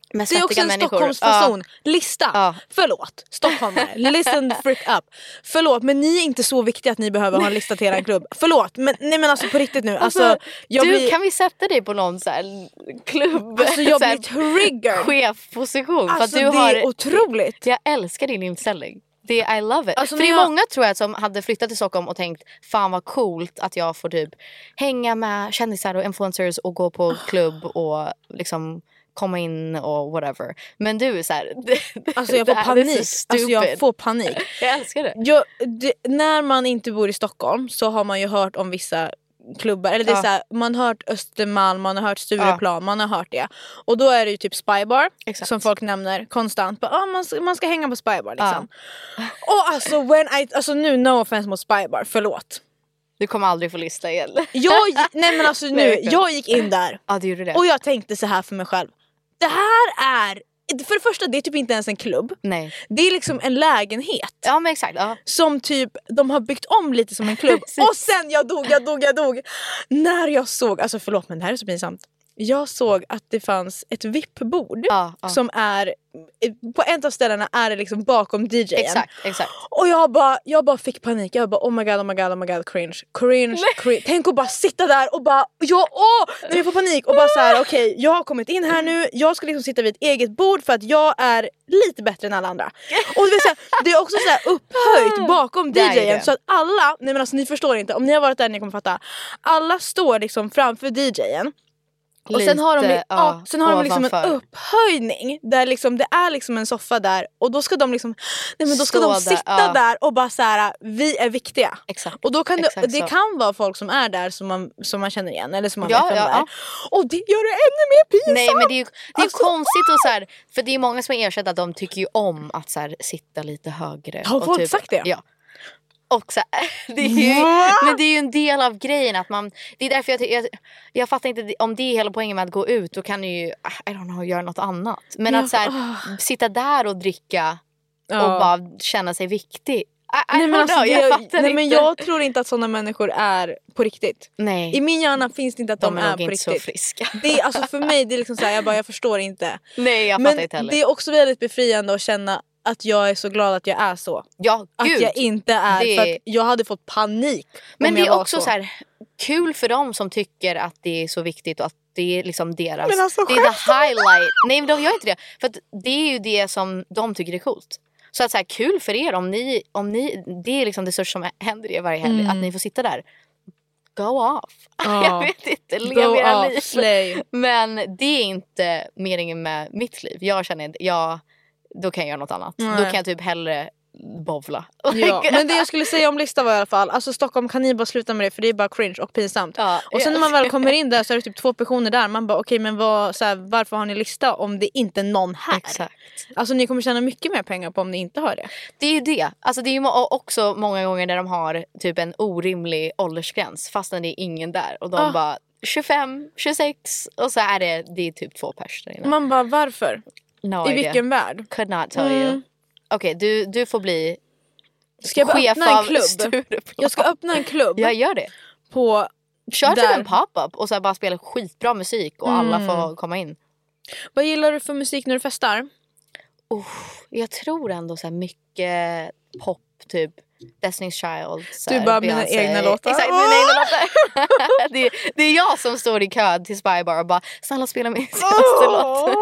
Med Det är också en människor. Stockholmsfason. Ja. Lista. Ja. Förlåt. Stockholmare. Listen the frick up. Förlåt, men ni är inte så viktiga att ni behöver ha en lista till er klubb. Förlåt, men nej men alltså på riktigt nu. Alltså, alltså, jag du, blir... kan vi sätta dig på någon så här klubb? Alltså jag så här blir triggered. Chefposition. Alltså för att du det har... är otroligt. Jag älskar din inställning. Det är I love it. Alltså, för det är jag... många tror jag som hade flyttat till Stockholm och tänkt fan vad coolt att jag får typ hänga med kändisar och influencers och gå på klubb och liksom komma in och whatever. Men du är så här, alltså jag får panik. Alltså jag får panik. Jag älskar det. Jag, det. När man inte bor i Stockholm så har man ju hört om vissa klubbar, eller det är ja. så här, man har hört Östermalm, man har hört Stureplan, ja. man har hört det. Och då är det ju typ Spybar. Exakt. Som folk nämner konstant. Bara, ah, man, ska, man ska hänga på Spybar liksom. Ja. Och alltså, when I, alltså nu no offense mot Spybar, förlåt. Du kommer aldrig få lista igen. Jag, nej men alltså nu, jag gick in där. Ja, det gjorde det. Och jag tänkte så här för mig själv. Det här är, för det första, det är typ inte ens en klubb. Nej. Det är liksom en lägenhet. Ja men exakt. Ja. Som typ, de har byggt om lite som en klubb. Och sen jag dog, jag dog, jag dog. När jag såg, alltså förlåt men det här är så pinsamt. Jag såg att det fanns ett V I P-bord. Ja, ja. Som är, på ett av ställena är det liksom bakom D J:en. Exakt, exakt. Och jag bara, jag bara fick panik. Jag bara oh my god, oh my god, oh my god, cringe. Cringe, cringe. Tänk att bara sitta där och bara, ja, åh! När jag får panik och bara så här: okej, okay, jag har kommit in här nu. Jag ska liksom sitta vid ett eget bord för att jag är lite bättre än alla andra. Och det, vill säga, det är också så här upphöjt bakom D J:en. Så att alla, nej men alltså ni förstår inte. Om ni har varit där, ni kommer fatta. Alla står liksom framför D J:en. Och lite, sen har de, ja, ja, sen har de liksom en ovanför. Upphöjning där liksom, det är liksom en soffa där. Och då ska de liksom, nej men då ska Stå de där, sitta ja. där och bara så här: vi är viktiga. Exakt. Och då kan Exakt det, det så. kan vara folk som är där som man, som man känner igen. Eller som man Ja, vet vem ja, det är. ja. Och det gör det ännu mer pinsamt. Nej men det är ju det är Alltså, konstigt och så här, för det är många som har erkänt att de tycker ju om att så här, sitta lite högre. Har och folk typ, sagt det? Ja. Och så här, det är ju, men det är ju en del av grejen att man, det är därför jag, jag, jag fattar inte om det är hela poängen med att gå ut, då kan du ju, I don't know, göra något annat. Men ja. att så här, sitta där och dricka ja. och bara känna sig viktig. I, I nej, men, alltså, know, det, jag fattar nej, inte. men jag tror inte att sådana människor är på riktigt. Nej. I min hjärna finns det inte att de, de är, är nog på inte riktigt. så friska. Det är, alltså för mig det är liksom så här, jag bara jag förstår inte. Nej jag men fattar inte heller. det är också väldigt befriande att känna att jag är så glad att jag är så. Ja, gud. Att jag inte är, det... för att jag hade fått panik. Men om det jag är var också så. så här kul för dem som tycker att det är så viktigt och att det är liksom deras, Men alltså, det är the highlight. Nej men de gör inte det. För att det är ju det som de tycker är coolt. Så att så här, kul för er om ni, om ni, det är liksom det största som händer er varje helg. Mm. Att ni får sitta där. Go off. Ja. Jag vet inte, lev Go era off, liv. slay. Men det är inte meningen med mitt liv. Jag känner inte, jag, då kan jag göra något annat. Nej. Då kan jag typ hellre bovla. Ja, men det jag skulle säga om lista var i alla fall, alltså Stockholm, kan ni bara sluta med det, för det är bara cringe och pinsamt. Ja, och sen ja. när man väl kommer in där så är det typ två personer där. Man bara okej, okay, men vad, så här, varför har ni lista om det inte är någon här? Exakt. Alltså ni kommer tjäna mycket mer pengar på om ni inte har det. Det är ju det. Alltså det är ju må- också många gånger där de har typ en orimlig åldersgräns fastän det är ingen där. Och de Ah. bara tjugofem, tjugosex och så är det, det är typ två personer inne. Man bara varför? No I idea. vilken värld? Could not tell Mm. you. Okej, okay, du, du får bli Ska jag bara chef öppna en av klubb? Stureplan. Jag ska öppna en klubb Jag gör det. på Kör typ där. en pop-up och så här bara spela skitbra musik och alla Mm. får komma in. Vad gillar du för musik när du festar? Uh, jag tror ändå så här mycket pop, typ Destiny's Child. Så Du här, bara, mina Beyoncé. egna låtar. Exakt, mina egna låtar. det, är, det är jag som står i kö till Spybar och bara, snälla spela min senaste låt.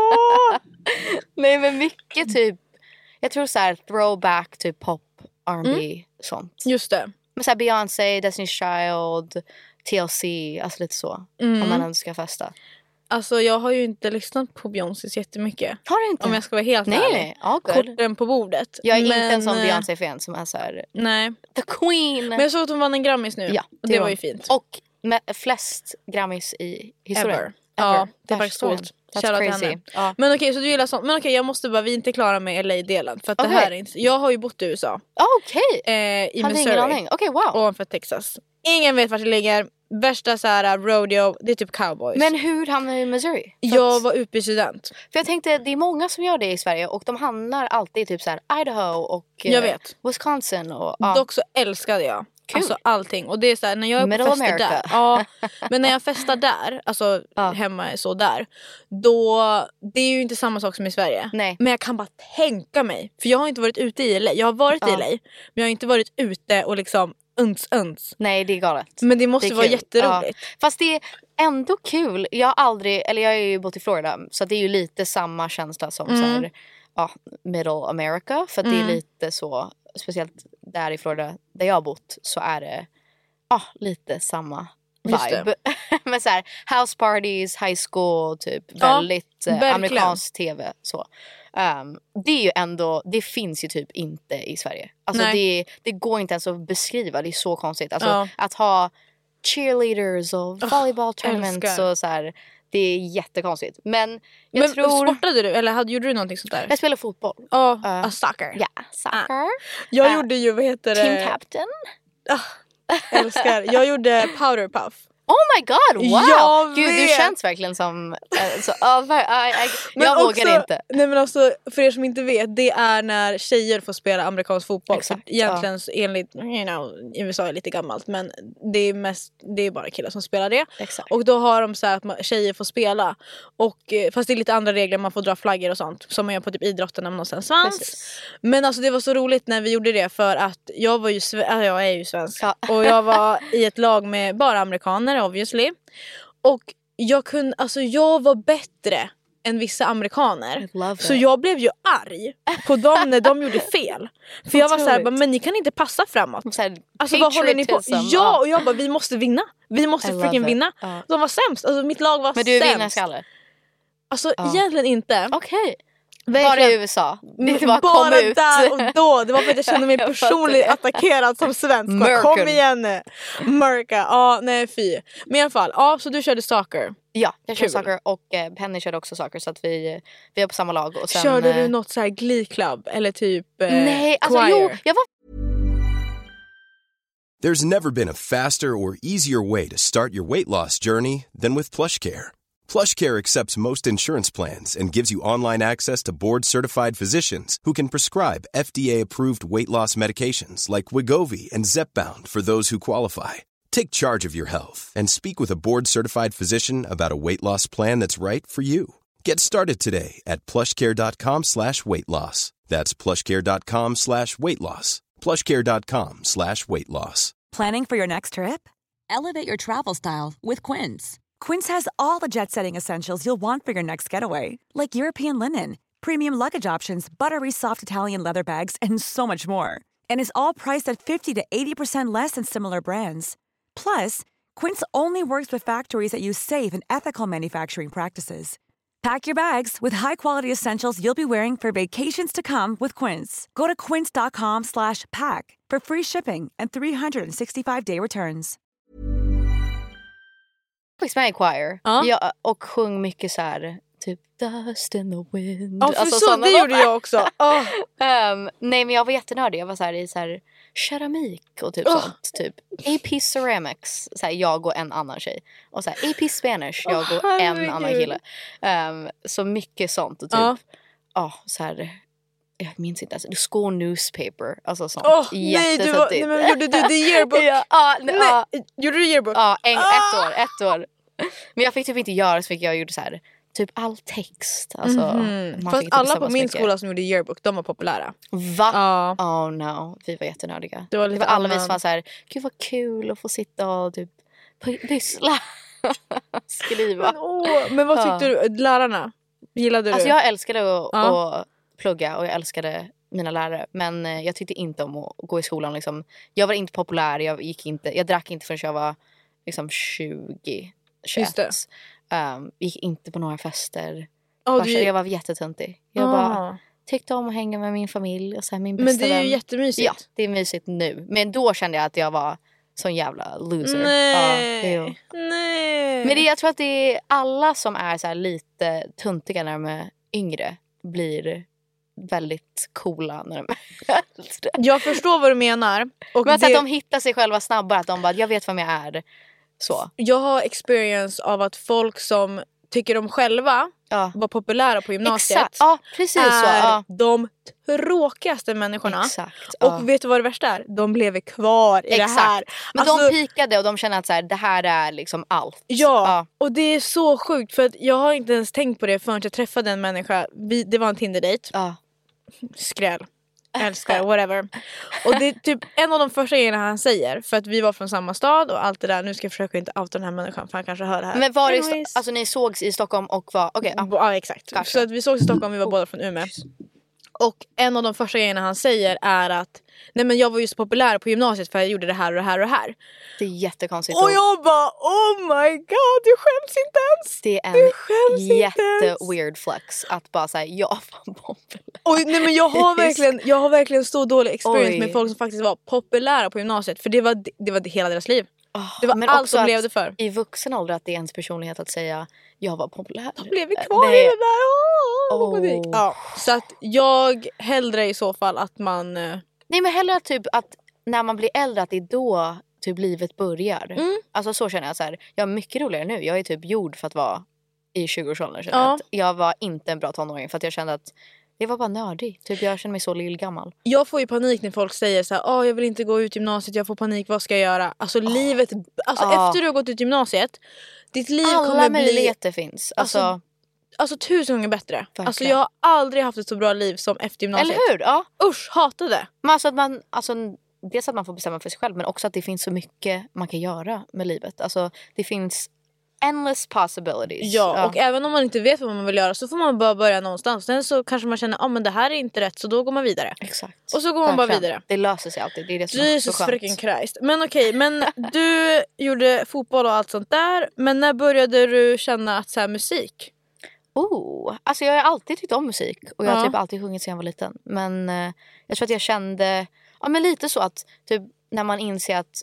Nej men mycket typ, jag tror så här throwback typ pop, R and B, Mm. sånt. Just det. Men så här Beyoncé, Destiny's Child, T L C, alltså lite så. Mm. Om man ändå ska festa. Alltså jag har ju inte lyssnat på Beyoncé så jättemycket. Har du inte? Om jag ska vara helt nej, ärlig. nej, ja, good. Korten på bordet. Jag är inte Men, en sån eh, Beyoncé-fan som är så här, Nej. the queen. Men jag såg att hon vann en Grammis nu. Ja, och det det var var ju hon. fint. Och med flest Grammis i historien. Ever. Ja, det är faktiskt Världshistorien. coolt. That's Shoutout till crazy. henne. Ja. Men okej, så du gillar sånt. Men okej, jag måste bara, vi är inte klara med L A-delen. För att Okej. det här är inte, jag har ju bott i U S A. Ah, Okej. Eh, I Hade Missouri. ingen aning. Okej, wow. Ovanför Texas. Ingen vet vart det ligger. Värsta så här rodeo, det är typ cowboys. Men hur hamnar du i Missouri? För jag att- var utbytesstudent. För jag tänkte, det är många som gör det i Sverige och de hamnar alltid typ så här Idaho och eh, Jag vet. Wisconsin och ja. Dock så älskade jag Alltså allting. Och det är så här, när jag är Middle på fester America. där. Ja, men när jag festar där, alltså Ja. hemma så där, då det är ju inte samma sak som i Sverige. Nej. Men jag kan bara tänka mig, för jag har inte varit ute i L A. Jag har varit Ja. i L A, men jag har inte varit ute och liksom uns uns. Nej, det är galet. Men det måste Det är vara kul. jätteroligt. Ja. Fast det är ändå kul. Jag har aldrig, eller jag har ju bott i Florida, så det är ju lite samma känsla som Mm. så här, ja, Middle America. För att det Mm. är lite så, speciellt där i Florida där jag har bott, så är det ja, lite samma Just vibe. Men så här, house parties, high school, typ Ja, väldigt eh, verkligen. amerikansk tv. Så. Um, det är ju ändå, det finns ju typ inte i Sverige. Alltså Nej. det, det går inte ens att beskriva, det är så konstigt. Alltså Ja. att ha cheerleaders och volleyball tournaments älskar. och så här, det är jättekonstigt. Men jag Men tror... sportade du eller hade, gjorde du någonting sånt där? Jag spelar fotboll. Ja, Ja. uh, soccer. Ja, soccer. Jag Uh, gjorde ju, vad heter det? Team captain. Älskar. Jag gjorde powderpuff. Oh my god, wow! Jag Gud, du vet. känns verkligen som... Äh, så, uh, ver- I, I, Men jag också, vågar inte. Nej men alltså, för er som inte vet, det är när tjejer får spela amerikansk fotboll. Exakt, För egentligen så enligt, you know, U S A är lite gammalt, men det är mest, det är bara killar som spelar det. Exakt. Och då har de så här att man, tjejer får spela. Och, eh, fast det är lite andra regler, man får dra flaggor och sånt. Som man gör på typ idrotten när man någonsin svans. Precis. Men alltså det var så roligt när vi gjorde det, för att jag var ju, sve- äh, jag är ju svensk. Ja. Och jag var i ett lag med bara amerikaner obviously. Och jag kunde, alltså jag var bättre än vissa amerikaner. I love Så it. jag blev ju arg på dem när de gjorde fel. För jag var såhär, Otroligt. men ni kan inte passa framåt. Så här, Alltså vad håller ni på? patriotism, Ja, och jag bara, vi måste vinna. Vi måste I love freaking it. vinna. Ja. De var sämst, alltså mitt lag var Men du är sämst. vinnarskalle? Alltså Ja. egentligen inte. Okej. Verkligen. Bara i U S A? Det bara, bara kom ut. där och då. Det var för att jag kände mig Jag fattar personligt det. attackerad som svensk. Bara, Merken. kom igen nu. Mörka. Ja, nej fy. Men i alla fall, ja, så du körde soccer. Ja, jag kör Kul. soccer och eh, Penny körde också soccer, så att vi, vi är på samma lag. Och sen, Körde du eh, något så här Glee Club eller typ eh, Nej, alltså choir? jo, jag var There's never been a faster or easier way to start your weight loss journey than with PlushCare. PlushCare accepts most insurance plans and gives you online access to board-certified physicians who can prescribe F D A-approved weight loss medications like Wegovy and Zepbound for those who qualify. Take charge of your health and speak with a board-certified physician about a weight loss plan that's right for you. Get started today at plushcare.com slash weight loss. That's plushcare.com slash weight loss. plushcare.com slash weight loss. Planning for your next trip? Elevate your travel style with Quince. Quince has all the jet-setting essentials you'll want for your next getaway, like European linen, premium luggage options, buttery soft Italian leather bags, and so much more. And is all priced at fifty to eighty percent less than similar brands. Plus, Quince only works with factories that use safe and ethical manufacturing practices. Pack your bags with high-quality essentials you'll be wearing for vacations to come with Quince. Go to quince.com slash pack for free shipping and three sixty-five day returns. faktiskt med i choir. Ja. Ja, och sjöng mycket så här typ Dust in the wind. Ja, för Alltså så, såna det gjorde låtar. jag också. Oh. Um, nej, men jag var jättenördig. Jag var så här i så här keramik och typ Oh. sånt. Typ A P Ceramics. Så här, jag och en annan tjej. Och så här A P Spanish. Jag Oh, och en herregud. annan kille. Um, så mycket sånt. Och typ, Ja. ja, så här. Jag minns inte. Alltså, school newspaper. Alltså sånt. Åh, nej, du var, nej, men gjorde du the yearbook? ja, ja, nej, ja. Nej, gjorde du yearbook? Ja, en, Ah! ett år, ett år. Men jag fick typ inte göra så mycket. Jag gjorde så här, typ all text. Alltså, Mhm. man Fast fick inte alla bestämma på så min mycket. skola som gjorde yearbook, de var populära. Va? Ja. Oh no, vi var jättenördiga. Det var Det lite var alla vi annan- som var så här, gud vad kul att få sitta och typ py- pyssla. Skriva. Men, åh, men vad tyckte du? Lärarna? Gillade du? Alltså jag älskade att, Ja. att plugga och jag älskade mina lärare. Men eh, jag tyckte inte om att gå i skolan. Liksom. Jag var inte populär, jag, gick inte, jag drack inte förrän jag var liksom tjugo, Just det. tjugoett. Um, gick inte på några fester. Ja, Bara, du- Jag var jättetöntig. Jag Ah. bara tyckte om att hänga med min familj och så här, min bästa Men det är ju vän. jättemysigt. Ja, det är mysigt nu. Men då kände jag att jag var sån jävla loser. Nej. Ja, jo. Nej. Men det, jag tror att det är alla som är så här lite tuntiga när de är yngre blir väldigt coola när de är äldre. Jag förstår vad du menar. Och Men så det, att de hittar sig själva snabbare. Att de bara, jag vet vem jag är. Så. jag har experience av att folk som tycker de själva Ja. var populära på gymnasiet. Exakt. Ja, precis är så. Ja. de tråkigaste människorna. Exakt. Ja. Och vet du vad det värsta är? De lever kvar i Exakt. det här. Men Alltså, de pikade och de känner att så här, det här är liksom allt. Ja, Ja. och det är så sjukt för att jag har inte ens tänkt på det förrän jag träffade en människa. Vi, det var en Tinder-date. Ja. Skräll. Älskar, whatever. Och det är typ en av de första grejerna han säger. För att vi var från samma stad och allt det där. Nu ska jag försöka inte outa den här människan för han kanske hör det här. Men var det, Anyways. alltså ni sågs i Stockholm och var, okej. Okay, Ja, exakt. Kanske. Så att vi sågs i Stockholm, vi var båda från Umeå. Och en av de första grejerna han säger är att nej men jag var ju så populär på gymnasiet för jag gjorde det här och det här och det här. Det är jättekonstigt. Och jag bara oh my god, du skäms inte ens. Det är Du en skäms inte ens. jätte-weird flex att bara säga jag var populär. Oj, nej men jag har verkligen jag har verkligen så dålig experience Oj. med folk som faktiskt var populära på gymnasiet för det var det var hela deras liv. Oh, Det var men allt också de att levde för. I vuxen ålder att det är ens personlighet att säga jag var populär. De lever kvar Det- i det där. Åh, Oh. romantik. Ja, så att jag hellre i så fall att man eh, Nej men hellre typ att när man blir äldre att det är då typ livet börjar. Mm. Alltså så känner jag så här. Jag är mycket roligare nu. Jag är typ gjord för att vara i tjugoårsåldern. känner Ja. jag att Jag var inte en bra tonåring för att jag kände att jag var bara nördig. Typ jag känner mig så lillgammal. jag får ju panik när folk säger så här, åh jag vill inte gå ut gymnasiet, jag får panik, vad ska jag göra? Alltså livet, alltså Ja. efter du har gått ut gymnasiet, ditt liv kommer Alla bli möjligheter finns. Alltså, Alltså, alltså tusen gånger bättre. Verkligen. Alltså jag har aldrig haft ett så bra liv som efter gymnasiet. eller hur? Ja. Usch, hatade. Men alltså att man, alltså, dels att man får bestämma för sig själv men också att det finns så mycket man kan göra med livet. Alltså det finns endless possibilities. Ja, och även om man inte vet vad man vill göra så får man bara börja någonstans. Sen så kanske man känner, ja ah, men det här är inte rätt så då går man vidare. Exakt. Och så går man bara Verkligen. vidare. Det löser sig alltid. Det är det som är så Jesus skönt. freaking Christ. Men okej, men du gjorde fotboll och allt sånt där. Men när började du känna att så här, musik? Oh, alltså jag har alltid tyckt om musik och jag har Ja. typ alltid sjungit sedan jag var liten. Men eh, jag tror att jag kände, ja men lite så att typ när man inser att,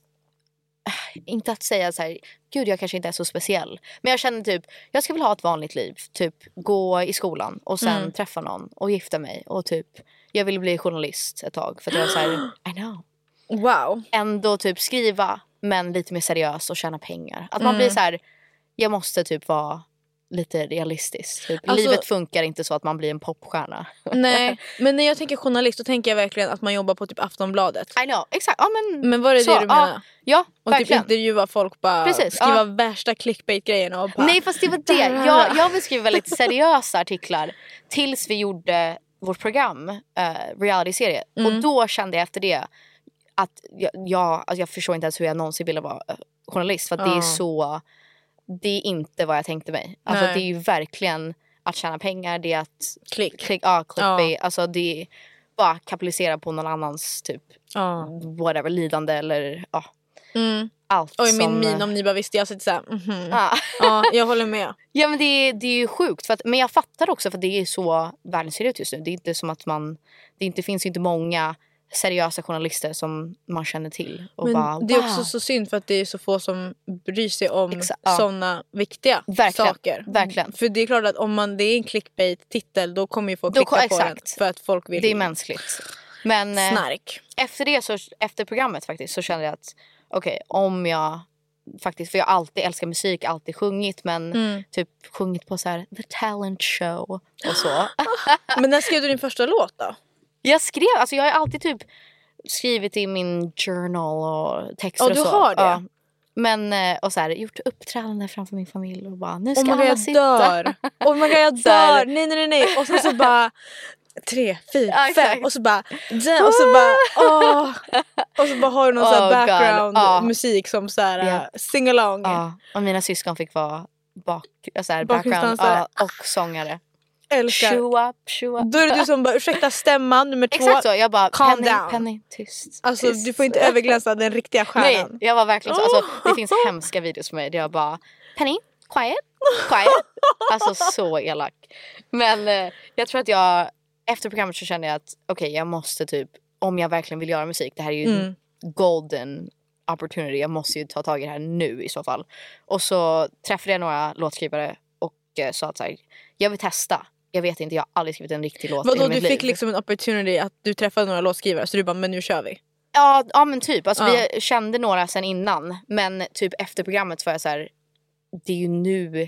äh, inte att säga så här, gud jag kanske inte är så speciell. Men jag kände typ, jag ska väl ha ett vanligt liv. Typ gå i skolan och sen Mm. träffa någon och gifta mig. Och typ, jag ville bli journalist ett tag för att jag var så här, I know. Wow. Ändå typ skriva men lite mer seriös och tjäna pengar. Att man Mm. blir så här, jag måste typ vara lite realistisk. Typ. Alltså- Livet funkar inte så att man blir en popstjärna. Nej, men när jag tänker journalist då tänker jag verkligen att man jobbar på typ Aftonbladet. I know, exakt. Ja, men, Men var det så, det du ja, menar? Ja, Och typ verkligen. intervjua folk, bara Precis, skriva ja. värsta clickbait-grejerna och bara, Nej fast det var det. Jag, jag vill skriva väldigt seriösa artiklar tills vi gjorde vårt program, uh, reality-serie. Mm. Och då kände jag efter det att jag, jag, alltså jag förstår inte ens hur jag någonsin ville vara uh, journalist. För att det Ja. är så, det är inte vad jag tänkte mig. Alltså Nej. det är ju verkligen att tjäna pengar, det är att klick. klick, ja, clickbait, Ja. alltså det är bara kapitalisera på någon annans typ Ja. whatever, lidande eller ja, Mm. allt Oj, som... min min om ni bara visste, jag sitter såhär, mhm. Ja. Ja, jag håller med. Ja men det, det är ju sjukt för att, men jag fattar också för att det är så världen ser ut just nu. Det är inte som att man, det inte, finns ju inte många seriösa journalister som man känner till. Och Men bara, det är wow. också så synd för att det är så få som bryr sig om Exa- ja. sådana viktiga Verkligen, saker. verkligen. För det är klart att om man, det är en clickbait-titel då kommer ju folk Då klicka ko- på den. exakt. För att folk vill Det är mänskligt. Men eh, snark. efter det så, efter programmet faktiskt så kände jag att okej, om jag faktiskt, för jag har alltid älskat musik, alltid sjungit men Mm. typ sjungit på så här The Talent Show och så. Men när skrev du din första låt då? Jag skrev, alltså jag har alltid typ skrivit i min journal och texter Ja, och du så. har det? Ja. Men, eh, och så här, gjort uppträdande framför min familj och bara, nu ska Oh my god, alla jag sitta. dör. Oh my god, jag Så här. dör. Nej, nej, nej, nej. Och sen så bara tre, fyra, Ja, exakt. fem och så bara och så bara åh. Och så bara har du någon Oh, sån här God. background Ja. musik som så här Ja. uh, sing along. Ja, och mina syskon fick vara bak, så här, background Bakgrundsdansare. ja, och sångare. Älskar. Show up, show up. Då är det du som bara ursäkta stämman nummer två. Exakt så, jag bara, Calm Penny, down. Penny, tyst. Alltså tyst. du får inte överglänsa den riktiga Nej, stjärnan. jag var verkligen så. Alltså, det finns hemska videos för mig där jag bara, Penny, quiet, quiet. Alltså så elak. Men eh, jag tror att jag, efter programmet så kände jag att okej, jag måste typ, om jag verkligen vill göra musik, det här är ju Mm. golden opportunity, jag måste ju ta tag i det här nu i så fall. Och så träffade jag några låtskrivare och eh, sa att så här, jag vill testa. Jag vet inte, jag har aldrig skrivit en riktig låt Vadå, i mitt du fick liv. liksom en opportunity att du träffade några låtskrivare så du bara men nu kör vi. Ja, ja men typ. Alltså, Ja. vi kände några sen innan. Men typ efter programmet var jag så här, det är ju nu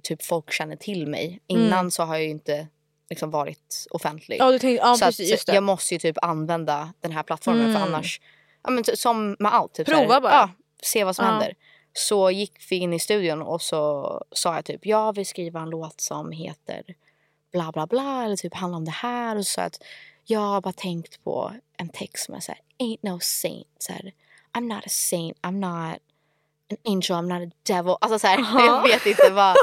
typ folk känner till mig. Innan mm. så har jag ju inte liksom varit offentlig. Ja, du tänkte, ja, så precis, just det. Jag måste ju typ använda den här plattformen mm. för annars, ja, men t- som med allt. Typ, prova så här, bara. Ja, se vad som ja. händer. Så gick vi in i studion och så sa jag typ, jag vill skriva en låt som heter bla bla bla. Eller typ handla om det här. Och så att jag har bara tänkt på en text som är såhär, ain't no saint. Så här, I'm not a saint, I'm not an angel, I'm not a devil. Alltså såhär, uh-huh. jag vet inte vad.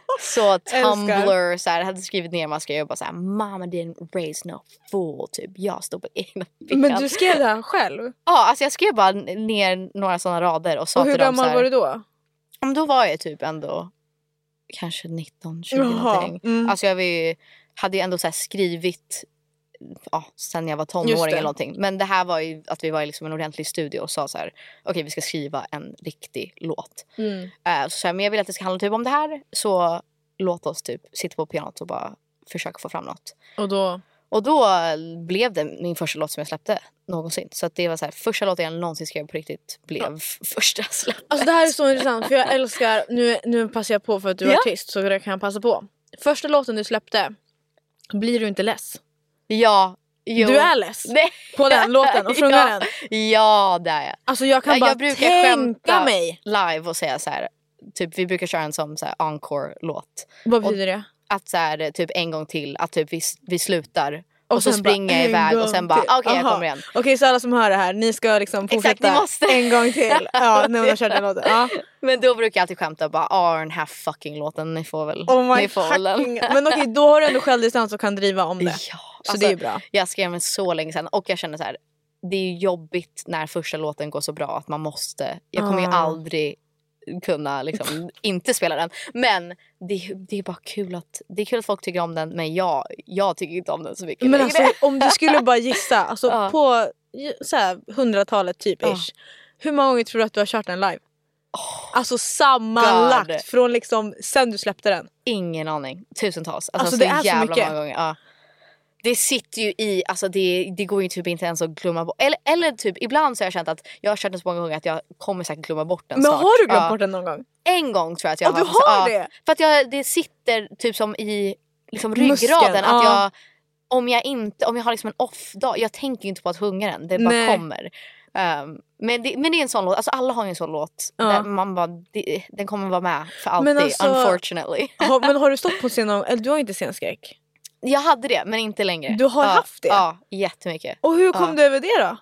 Så Tumblr så här, hade skrivit ner, man skrev bara såhär, mama didn't raise no fool. Typ, jag stod på egna ben. Men du skrev det här själv? Ja, alltså jag skrev bara ner några sådana rader. Och sa och hur till dem gammal så här, var du då? Men då var jag typ ändå kanske nitton tjugo någonting. Mm. Alltså jag var ju, hade ju ändå så här skrivit ja, sen jag var tonåring eller någonting. Men det här var ju att vi var i liksom en ordentlig studio och sa så här, okej okay, vi ska skriva en riktig låt. Mm. Uh, så, så här, men jag vill att det ska handla typ om det här, så låt oss typ sitta på pianot och bara försöka få fram något. Och då? Och då blev det min första låt som jag släppte någonsin. Så att det var så här, första låten jag någonsin skrev på riktigt blev ja. första släppet. Alltså det här är så intressant, för jag älskar, nu, nu passar jag på för att du är ja. artist, så det kan jag passa på. Första låten du släppte, blir du inte less? Ja, jo. Du är less Nej. på den låten och sjunga ja. den. Ja, det är jag. Alltså jag kan jag, bara jag brukar tänka mig live och säga så här, typ vi brukar köra en som så här encore-låt. Vad betyder det? Att så här, typ en gång till, att typ vi, vi slutar och, och så springer jag iväg och sen bara, okej okay, jag kommer igen. Okej, okay, så alla som hör det här, ni ska liksom fortsätta. Exakt, ni måste. En gång till. Ja, nu har jag kört den låten. Ja. Men då brukar jag alltid skämta bara, ah, den här fucking låten, ni får väl. Oh ni får fucking... Men okej, okay, då har du ändå självdistans och kan driva om det. Ja, så alltså, det är ju bra. Jag skrev den så länge sedan och jag känner så här, det är ju jobbigt när första låten går så bra att man måste, jag kommer ah. ju aldrig kunna liksom inte spela den, men det, det är bara kul att det är kul att folk tycker om den, men jag, jag tycker inte om den så mycket. Men alltså, om du skulle bara gissa alltså ja. på så här, hundratalet typ ish, ja. hur många gånger tror du att du har kört den live? Oh, alltså sammanlagt God. Från liksom sen du släppte den? Ingen aning, tusentals. Alltså, alltså det är så mycket många gånger. Ja. Det sitter ju i, alltså det, det går ju typ inte ens att glömma bort. Eller, eller typ, ibland så har jag känt att jag har kört den så många gånger att jag kommer säkert glömma bort den. Men snart. har du glömt ja. bort den någon gång? En gång tror jag att jag har. Och du har ja, det? För att jag, det sitter typ som i liksom ryggraden. Att ja. jag, om jag inte, om jag har liksom en off-dag, jag tänker ju inte på att sjunga den. Det bara Nej. kommer. Um, men, det, men det är en sån låt, alltså alla har ju en sån låt ja. där man bara, det, den kommer vara med för alltid, alltså, unfortunately. ha, men har du stått på scen, eller du har inte scenskräck? Jag hade det, men inte längre. Du har ja, haft det? Ja, jättemycket. Och hur kom ja. du över det då?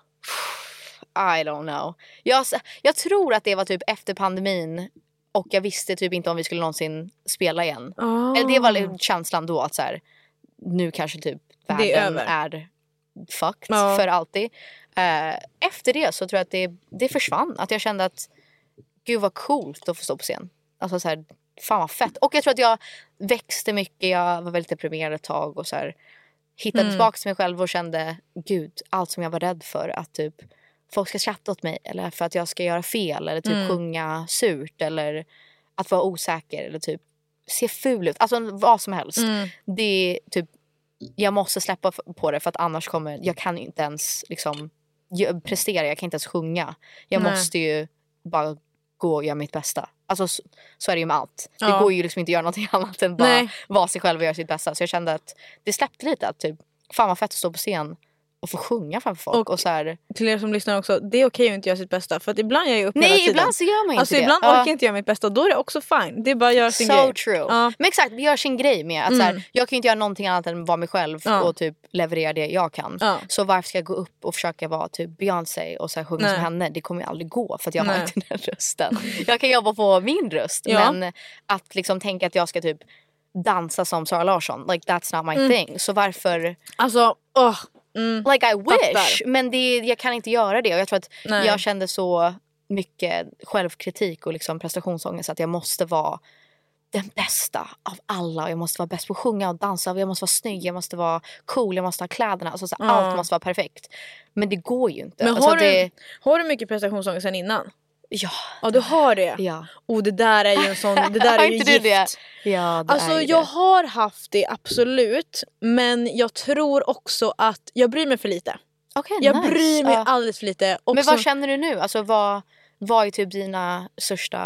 I don't know. Jag, jag tror att det var typ efter pandemin och jag visste typ inte om vi skulle någonsin spela igen. Oh. Eller det var känslan då att så här, nu kanske typ världen är, är fucked oh. för alltid. Uh, efter det så tror jag att det, det försvann. Att jag kände att gud vad coolt att få stå på scen. Alltså så här, fan vad fett. Och jag tror att jag växte mycket. Jag var väldigt deprimerad ett tag och så här, hittade mm. tillbaka till mig själv och kände gud, allt som jag var rädd för, att typ folk ska chatta åt mig eller för att jag ska göra fel eller typ mm. sjunga surt eller att vara osäker eller typ se ful ut, alltså vad som helst. Mm. Det är typ, jag måste släppa på det för att annars kommer, jag kan inte ens liksom prestera, jag kan inte ens sjunga. Jag Nej. måste ju bara gå och göra mitt bästa. Alltså så, så är det ju med allt. Ja. Det går ju liksom inte att göra någonting annat än bara Nej. vara sig själv och göra sitt bästa. Så jag kände att det släppte lite att typ, fan vad fett att stå på scen och få sjunga framför folk. Och, och så här, till er som lyssnar också, det är okej att inte göra sitt bästa. För att ibland gör jag upp Nej, hela tiden. ibland så gör man inte alltså, det. Ibland ja. orkar jag inte göra mitt bästa. Då är det också fine. Det är bara att göra sin so grej. true. Ja. Men exakt, vi gör sin grej med att mm. så här, jag kan ju inte göra någonting annat än vara mig själv ja. och typ leverera det jag kan. Ja. Så varför ska jag gå upp och försöka vara typ Beyoncé och så här, sjunga Nej. som henne? Det kommer ju aldrig gå för att jag Nej. har inte den rösten. Jag kan jobba på min röst. Ja. Men att liksom tänka att jag ska typ dansa som Sara Larsson, like that's not my mm. thing. Så varför... Alltså, åh. Mm. Like I wish. Men det, jag kan inte göra det. Och jag tror att Nej. jag kände så mycket självkritik och liksom prestationsångest att jag måste vara den bästa av alla. Jag måste vara bäst på att sjunga och dansa. Jag måste vara snygg, jag måste vara cool, jag måste ha kläderna. Alltså, så mm. allt måste vara perfekt. Men det går ju inte. Men alltså, har, du, det... har du mycket prestationsångest sen innan? Ja. Ja, du har det. Ja. Och det där är ju en sån, det där är ju gift. Det? Ja, det alltså är jag det. har haft det absolut, men jag tror också att jag bryr mig för lite. Okay, jag nice. bryr mig ja. alldeles för lite. Också... Men vad känner du nu? Alltså vad vad är typ dina största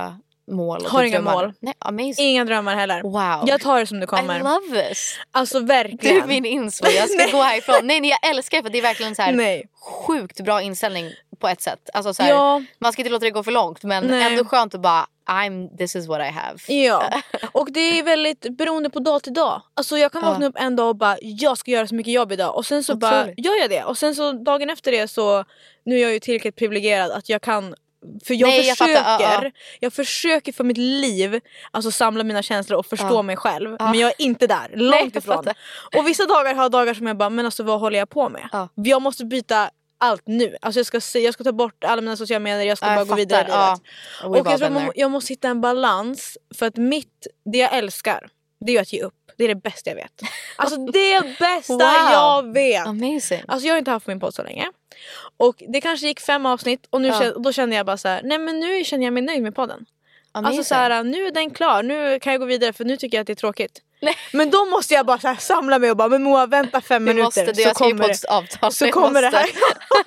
mål och Har typ inga drömmar. mål. Nej, amazing. Inga drömmar heller. Wow. Jag tar det som det kommer. I love this. Alltså Du verkligen. är min inspo. Jag ska gå härifrån. Nej, nej, jag älskar det för det är verkligen så här Nej. sjukt bra inställning på ett sätt. Alltså så här, Ja. man ska inte låta det gå för långt men Nej. ändå skönt att bara I'm this is what I have. Ja, och det är väldigt beroende på dag till dag. Alltså jag kan vakna Ja. upp en dag och bara jag ska göra så mycket jobb idag. Och sen så Otroligt. bara gör jag det. Och sen så dagen efter det så, nu är jag ju tillräckligt privilegierad att jag kan. För jag Nej, jag försöker fattar, ja, jag, ja. försöker för mitt liv alltså samla mina känslor och förstå Ja. mig själv. Ja. Men jag är inte där, långt Nej, jag ifrån. fattar. Och vissa dagar har jag dagar som jag bara, men alltså vad håller jag på med? Ja. Jag måste byta allt nu. Alltså jag ska, se, jag ska ta bort alla mina sociala medier, jag ska Ja, bara jag gå vidare i livet. fattar, ja. Och We've jag all tror att been man, there. jag måste hitta en balans. För att mitt, det jag älskar, det är ju att ge upp. Det är det bästa jag vet. Alltså det är det bästa Wow. jag vet. Amazing. Alltså jag har inte haft min podd så länge. Och det kanske gick fem avsnitt. Och nu Ja. kände, då kände jag bara så här: nej men nu känner jag mig nöjd med podden. Amazing. Alltså så här, nu är den klar. Nu kan jag gå vidare för nu tycker jag att det är tråkigt. Nej. Men då måste jag bara så här samla mig och bara, men Moa vänta fem Du minuter. måste, du så har skrivit kommer på det. ett avtal. Så Du kommer, det måste. här,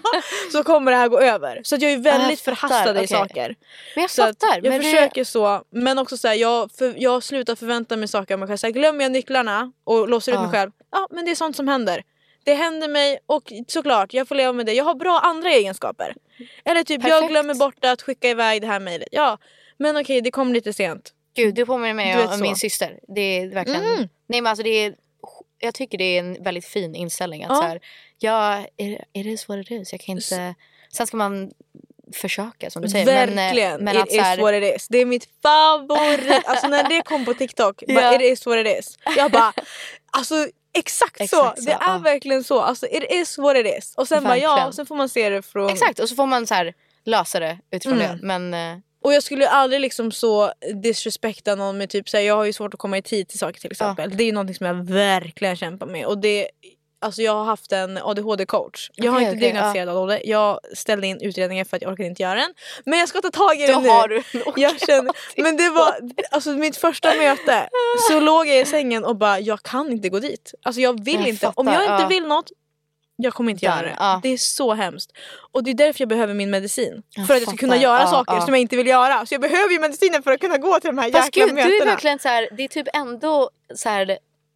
så kommer det här gå över. Så att jag är väldigt Ah, jag fattar, förhastad i okej. saker. Men jag Så att fattar. jag men försöker det... så. Men också så här, jag, för, jag slutar förvänta mig saker av mig själv. Så här, glömmer jag nycklarna och låser ut Ja. mig själv. Ja men det är sånt som händer. Det händer mig och såklart jag får leva med det. Jag har bra andra egenskaper. Eller typ jag Perfekt. glömmer bort att skicka iväg det här mejlet. Ja men okej det kom lite sent. Gud, du påminner mig Du vet om så. min syster. Det är verkligen... Mm. Nej men alltså det är... Jag tycker det är en väldigt fin inställning. Att Ja. så här, ja, it, it is what it is. Jag kan inte... Sen ska man försöka som du säger. Verkligen, Men, men it att, is så här, what it is. Det är mitt favorit. Alltså när det kom på TikTok, bara, Ja. it is what it is. Jag bara, alltså exakt, Exakt så. så, Det är ja. verkligen så. Alltså it is what it is. Och sen bara ja, Verkligen. och sen får man se det från... Exakt, och så får man så här lösa det utifrån Mm. det. Men eh, Och jag skulle aldrig liksom så disrespekta någon med typ så här, jag har ju svårt att komma i tid till saker till exempel. Det är ju någonting som jag verkligen kämpar med. Och det, alltså jag har haft en A D H D-coach. Jag har Okej, inte okej, diagnostiserad A D H D. Jag ställde in utredningen för att jag orkade inte göra den. Men jag ska ta tag i då det nu. har du en Jag känner, men det var alltså mitt första möte. Så låg jag i sängen och bara, jag kan inte gå dit. Alltså jag vill Jag inte. fattar, Om jag inte ja. vill något, jag kommer inte Done, göra det. ja. Det är så hemskt. Och det är därför jag behöver min medicin. Jag för att jag ska kunna fattar, göra ja, saker ja. som jag inte vill göra. Så jag behöver ju medicinen för att kunna gå till de här fast jäkla gud, mötena. du är verkligen så här, det är typ ändå så här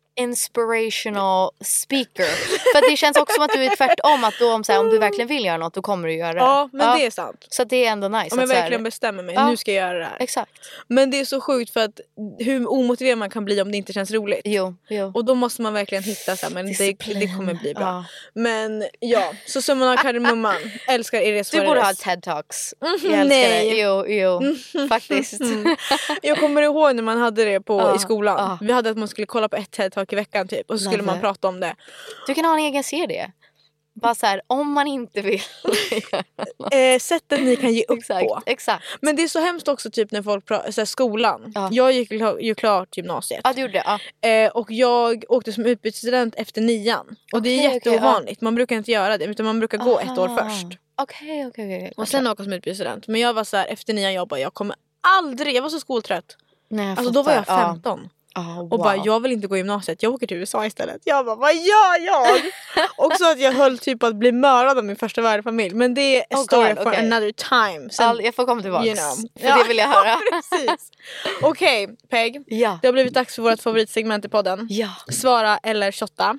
inspirational speaker. För att det känns också som att du är tvärtom, att då om, så här, om du verkligen vill göra något då kommer du göra det. Ja men det är sant. Så att det är ändå nice. Om jag att så här- verkligen bestämmer mig, Ja. nu ska jag göra det här. Exakt. Men det är så sjukt för att hur omotiverad man kan bli om det inte känns roligt. Jo, jo. Och då måste man verkligen hitta så här, men det, Disciplin. det kommer bli bra. Ja. Men ja, så summan av kardemumman. Älskar It is Du what borde it ha is. TED-talks. Mhm, Jag älskar nej. det. Jo, jo. Faktiskt. Jag kommer ihåg när man hade det på, Ja, i skolan. ja. Vi hade att man skulle kolla på ett TED-talk i veckan typ. Och så skulle Love man it. prata om det. Du kan ha en egen serie. Bara så här, om man inte vill. Eh, sättet ni kan ge upp Exakt, på. exakt. Men det är så hemskt också typ när folk pratar, så här, skolan. Ja. Jag gick ju- ju klart gymnasiet. Ja, du gjorde det. Ja. Eh, och jag åkte som utbytesstudent efter nian. Och det är Okej, okej, jätteovanligt. Man brukar inte göra det. Utan man brukar gå ett år Aha. först. Okej, okej, okej. Och sen åka som utbytesstudent. Men jag var så här, efter nian jag bara, jag kommer aldrig, jag var så skoltrött. Nej, jag Alltså då var jag fattar. femton. Ja. Ja, Och wow. bara, jag vill inte gå i gymnasiet, jag åker till U S A istället. Jag bara, vad gör jag? Och så att jag höll typ på att bli mördad av min första värdefamilj. Men det är a Oh story God, for okej. another time. Sen, All, jag får komma tillbaka. you know. För Ja. det vill jag höra. Precis. Okej, Peg. Ja. Det har blivit dags för vårt favoritsegment i podden. Ja. Svara eller shotta.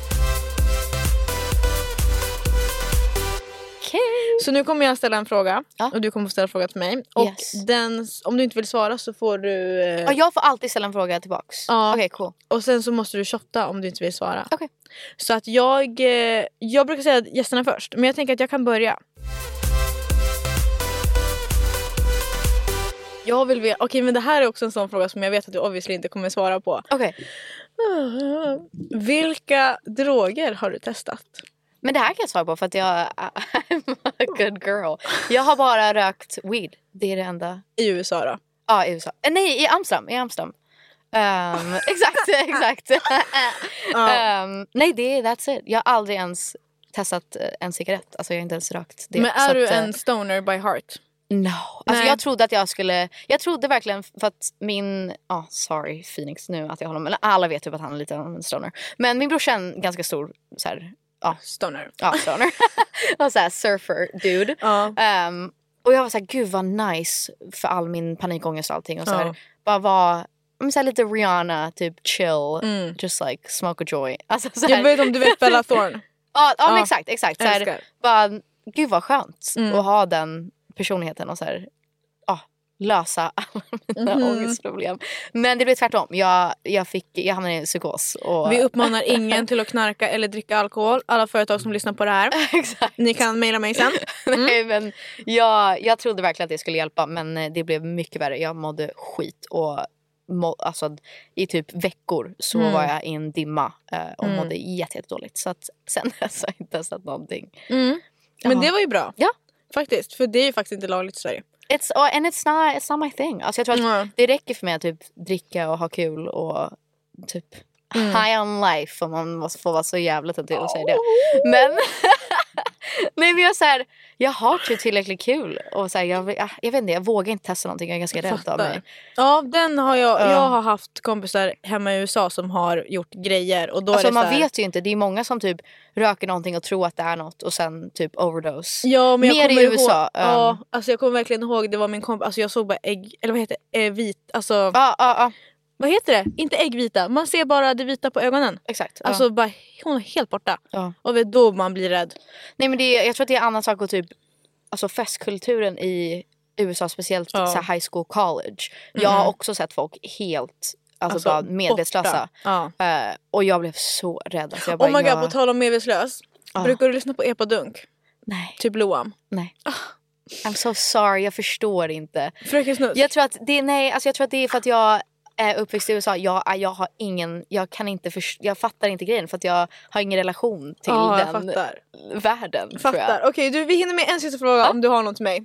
Okej. Så nu kommer jag ställa en fråga. Ja. Och du kommer få ställa en fråga till mig. Och Yes. den, om du inte vill svara så får du... Eh, Ja, jag får alltid ställa en fråga tillbaks. Ja. Okej, cool. och sen så måste du shotta om du inte vill svara. Okej. Så att jag... Eh, jag brukar säga gästerna först. Men jag tänker att jag kan börja. Jag vill veta... Okej, men det här är också en sån fråga som jag vet att du obviously inte kommer svara på. Okej. Vilka droger har du testat? Men det här kan jag svara på för att jag I'm a good girl. Jag har bara rökt weed. Det är det enda. I U S A då? Ja, i U S A. Eh, nej, i Amsterdam. I Amsterdam. Um, exakt, exakt. Ja. um, nej, det är that's it. Jag har aldrig ens testat eh, en cigarett. Alltså jag har inte ens rökt det. Men Så är du att, eh, en stoner by heart? No. Alltså Nej. jag trodde att jag skulle... Jag trodde verkligen för att min... Ja, oh, sorry Phoenix nu att jag håller med. Alla vet typ att han är lite av en stoner. Men min brorsa är en ganska stor så här, ja, Stoner. ja, stoner. Och så här surfer dude. Ja. Um, Och jag var så här, gud vad nice för all min panikångest och allting. Och så här, Ja. bara var så här, lite Rihanna, typ chill. Mm. Just like smoke a joy. Alltså, så här, Jag vet om du vet Bella Thorne. ja, ja, men Ja. exakt, exakt. Så här, Älskar. bara, gud vad skönt Mm. att ha den personligheten och så här, ja, lösa alla mina Mhm. ångestproblem. Men det blev tvärtom. Jag, jag, fick, jag hamnade i psykos. Och... Vi uppmanar ingen till att knarka eller dricka alkohol. Alla företag som lyssnar på det här. Exakt. Ni kan mejla mig sen. Nej, men jag, jag trodde verkligen att det skulle hjälpa. Men det blev mycket värre. Jag mådde skit. Och må, alltså, i typ veckor så Mm. var jag i en dimma. eh, Och Mm. mådde jätte, jätte dåligt. Så att sen dess har jag inte testat någonting. Mm. Men Ja. det var ju bra. Ja. Faktiskt. För det är ju faktiskt inte lagligt i Sverige. It's, oh, and it's not, it's not my thing. Alltså jag tror att Mm. det räcker för mig att typ dricka och ha kul. Och typ Mm. high on life. Om man måste få vara så jävla töntig och säga det. Men nej, men jag så här, jag har ju tillräckligt kul och så här, jag, jag, jag vet inte, jag vågar inte testa någonting. Jag är ganska rädd av Fattar. mig. Ja, den har jag. Ja. Jag har haft kompisar hemma i U S A som har gjort grejer. Och då Alltså är det man så här, vet ju inte, det är många som typ röker någonting och tror att det är något och sen typ overdose. Ja, men jag Mer i kommer ihåg, U S A, Ja, um. alltså jag kommer verkligen ihåg. Det var min kompis. Alltså jag såg bara ägg. Eller vad heter det? Eh, vit. Alltså. Ja, ja, ja, Vad heter det? Inte äggvita. Man ser bara det vita på ögonen. exakt. Ja. Alltså bara, hon är helt borta. Ja. Och vet då man blir rädd. Nej, men det är, jag tror att det är en annan sak och typ alltså festkulturen i U S A, speciellt Ja. så här high school college. Jag har också sett folk helt alltså, Alltså, bara medvetslösa. borta. Ja. Eh, och jag blev så rädd. Alltså, jag bara, Oh my god, jag... på tal om medvetslös. Ja. Brukar du lyssna på Epadunk? Nej, Typ Loam. nej. I'm so sorry, jag förstår inte. Fröken Snusk. Jag tror att det, nej, alltså jag tror att det är för att jag är uppväxt i U S A. Jag, jag har ingen, jag kan inte först- jag fattar inte grejen för att jag har ingen relation till Ja, jag den fattar. världen. tror Fattar. jag. Okej, du, vi hinner med en sista fråga Ja. om du har något till mig.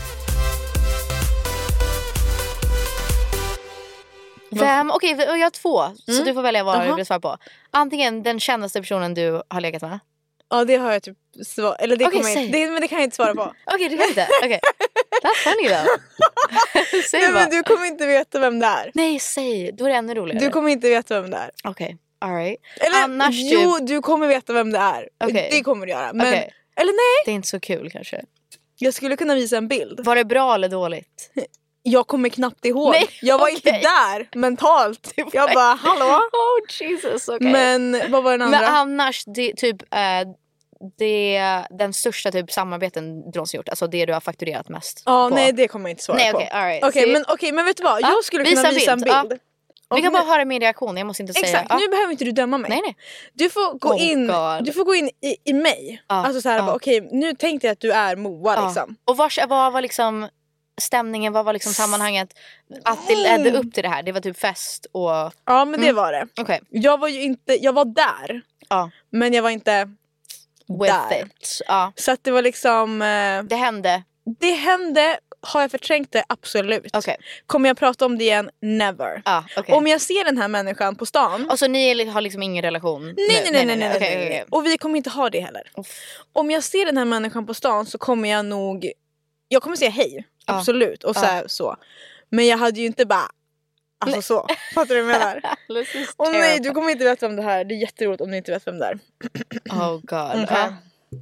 Vem? Okej, okay, jag har två. Så Mm. du får välja vad Jaha. du vill svara på. Antingen den kändaste personen du har legat med. Ja, det har jag typ svar- Eller det Okej, kommer jag säg. inte. Det, men det kan jag inte svara på. Okej, okay, du kan inte. Okej. That's funny though. Säg Nej, bara. men du kommer inte veta vem det är. Nej, säg. Då är det ännu roligare. Du kommer inte veta vem det är. Okej, okay. alright. Eller Annars jo, typ... du kommer veta vem det är. Okej. Det kommer du göra. Men, Okej. eller nej, Det är inte så kul kanske. jag skulle kunna visa en bild. Var det bra eller dåligt? Jag kommer knappt ihåg. Nej, jag var okej. inte där mentalt. Jag bara, hallå? Oh Jesus, okej. Okay. Men vad var den andra? Men annars, det, typ, eh, det, den största typ samarbeten du någonsin gjort. Alltså det du har fakturerat mest Ja, på. nej det kommer jag inte svara Nej, på. okej, all right. Okej, See? men, okej, men vet du vad? Ja, Jag skulle visa kunna en visa en bild. bild. Ja. Vi Och kan nu- bara höra min reaktion, jag måste inte säga. Exakt, Ja. nu behöver inte du döma mig. Nej, nej. Du får gå Oh in, God. du får gå in i, i mig. Ja, Alltså så här, ja. bara, okej, nu tänkte jag att du är Moa Ja. liksom. Och var, vad var liksom stämningen, vad var liksom sammanhanget? Att det ledde upp till det här, det var typ fest och... Ja, men det Mm. var det. Okej, Jag var ju inte, jag var där. ja. Men jag var inte With där. it. Ja. Så att det var liksom, eh, Det hände. det hände. Har jag förträngt det? Absolut. Okej. Kommer jag prata om det igen? Never. Ja, okej. Om jag ser den här människan på stan. Och så ni har liksom ingen relation? Nej nej nej nej, nej, nej, Okej, nej. okej. Och vi kommer inte ha det heller. Uff. Om jag ser den här människan på stan så kommer jag nog, jag kommer säga hej. Ja. Absolut. Och så, Ja. här, så. Men jag hade ju inte bara, alltså så. Fattar du vad jag menar? This is Åh nej, terrible. du kommer inte veta vem det här. Det är jätteroligt om du inte vet vem det är. Oh god. Okej. Ja.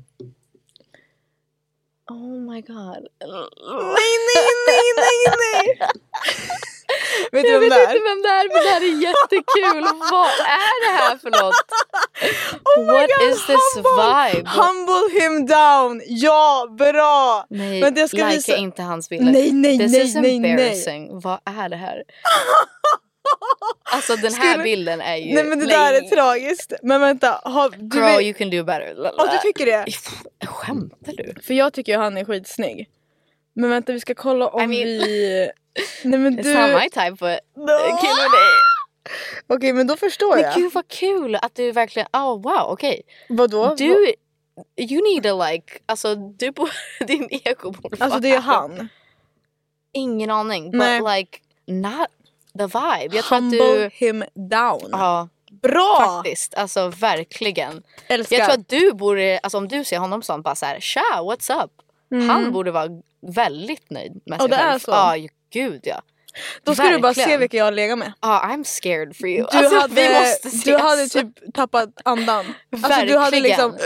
Oh my god. Nej nej nej nej nej. Vet du Jag vem vet det inte är? vem det är, men det här är jättekul. Vad är det här för något? Oh my What God, is this humble. vibe? Humble him down. Ja, bra. Nej, Men jag ska likea visa- inte hans bilder. Nej, nej, This nej, is nej, nej. embarrassing. Vad är det här? Alltså den här Skulle- bilden är ju... Nej men det där är tragiskt. Men vänta, har, du, Girl, vet, you can do better. ja, du tycker det? Skämtar du? För jag tycker ju han är skitsnygg. Men vänta, vi ska kolla om I mean- vi... Nej men It's du... not my type, but... No. Kul med dig. Okej, men då förstår Men jag. gud vad kul att du verkligen... Oh wow, okej. Vadå? Du... You need to like... Alltså du borde... Din ego borde Alltså vara det är här. han. Ingen aning. Nej. But like... Not the vibe. Jag tror att Humble du... him down. Ja, Bra! faktiskt. Alltså verkligen. Älskar. Jag tror att du borde... Alltså om du ser honom sånt bara så här... Tja, what's up? Mm. Han borde vara väldigt nöjd med sig Och det själv. är så? Ja, ju- gud ja. Då ska du bara se verkligen. vilka jag har legat med. Ja, I'm scared for you. Du, Alltså, hade, vi måste ses. du hade typ tappat andan. Alltså du hade Verkligen. liksom...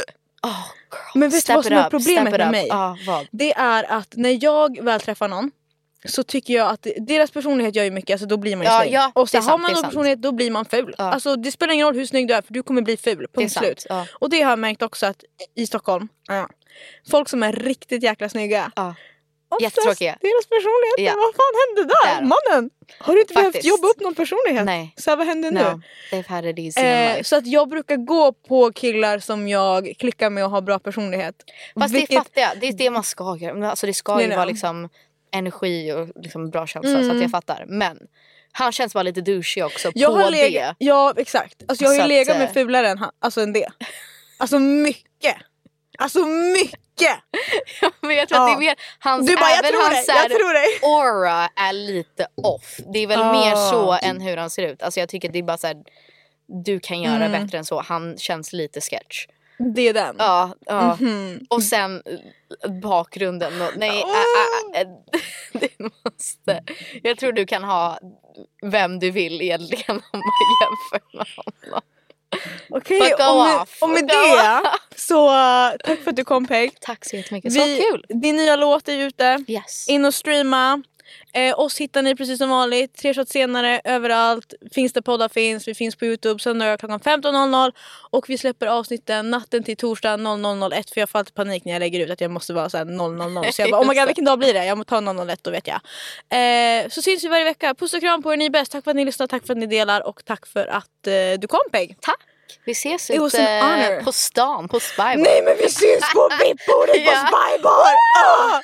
Oh, girl. Men vet du vad som är problemet med mig? Ah, vad? Det är att när jag väl träffar någon så tycker jag att deras personlighet gör ju mycket, alltså då blir man ju Ja, snygg. ja, och så det är har sant, man det är någon sant. personlighet, då blir man ful. Ja. Alltså det spelar ingen roll hur snygg du är, för du kommer bli ful, Det är punkt sant, slut. ja. Och det har jag märkt också att i Stockholm, ja, folk som är riktigt jäkla snygga, Ja. oftast Jättetråkiga. deras personlighet, Ja. vad fan hände där? Där. Mannen, har du inte behövt Faktiskt. jobba upp någon personlighet? Nej. Så här, vad händer nu? No, they've had it easy in Eh, life. så att jag brukar gå på killar som jag klickar med och har bra personlighet. Fast Vilket- det fattar jag, det är det man ska göra. Men alltså det ska ju You know. vara liksom energi och liksom bra känsla, Mm. så att jag fattar. Men han känns bara lite douchey också Jag på har legat, det. ja exakt, alltså jag har Så ju att, legat med eh, fulare än han, alltså än det. Alltså mycket. Alltså mycket. Men jag tror att Ja. det är mer hans, Du bara, jag även tror hans dig, så här jag tror dig. aura är lite off. Det är väl Ah. mer så än hur han ser ut. Alltså jag tycker det är bara så här, du kan göra Mm. bättre än så. Han känns lite sketch. Det är den. Ja, ja. Mhm. Och sen eh, bakgrunden och, nej, Oh. äh, äh, äh, det måste. Jag tror du kan ha vem du vill egentligen om man jämför med honom. Okej, But go och med, off, och med go det off. så uh, tack för att du kom, Peg. Tack så jättemycket, Vi, så kul. Din nya låt är ute. Yes. In och streama. Eh, oss hittar ni precis som vanligt. Tre shots senare, överallt. Finns det poddar finns. Vi finns på YouTube söndag klockan femton noll noll. Och vi släpper avsnitten natten till torsdag noll noll noll ett. För jag får alltid panik när jag lägger ut att jag måste vara såhär noll noll noll. Så jag bara, oh my god, vilken dag blir det? Jag måste ta noll noll ett, då vet jag. Eh, så syns vi varje vecka. Puss och kram på er, ni är bäst. Tack för att ni lyssnar, tack för att ni delar. Och tack för att eh, du kom, Peg. Tack. Vi ses It was ute an honor. på stan, på Spybar. Nej, men vi syns på VIP-bordet på Ja. Spybar! Ah!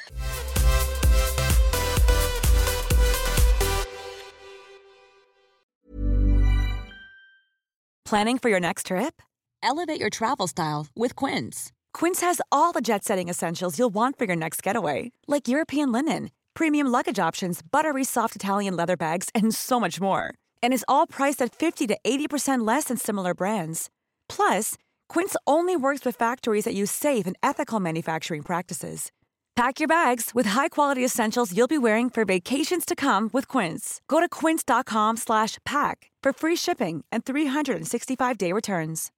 Planning for your next trip? Elevate your travel style with Quince. Quince has all the jet-setting essentials you'll want for your next getaway, like European linen, premium luggage options, buttery soft Italian leather bags, and so much more. And is all priced at fifty to eighty percent less than similar brands. Plus, Quince only works with factories that use safe and ethical manufacturing practices. Pack your bags with high-quality essentials you'll be wearing for vacations to come with Quince. Go to quince dot com slash pack for free shipping and three sixty-five day returns.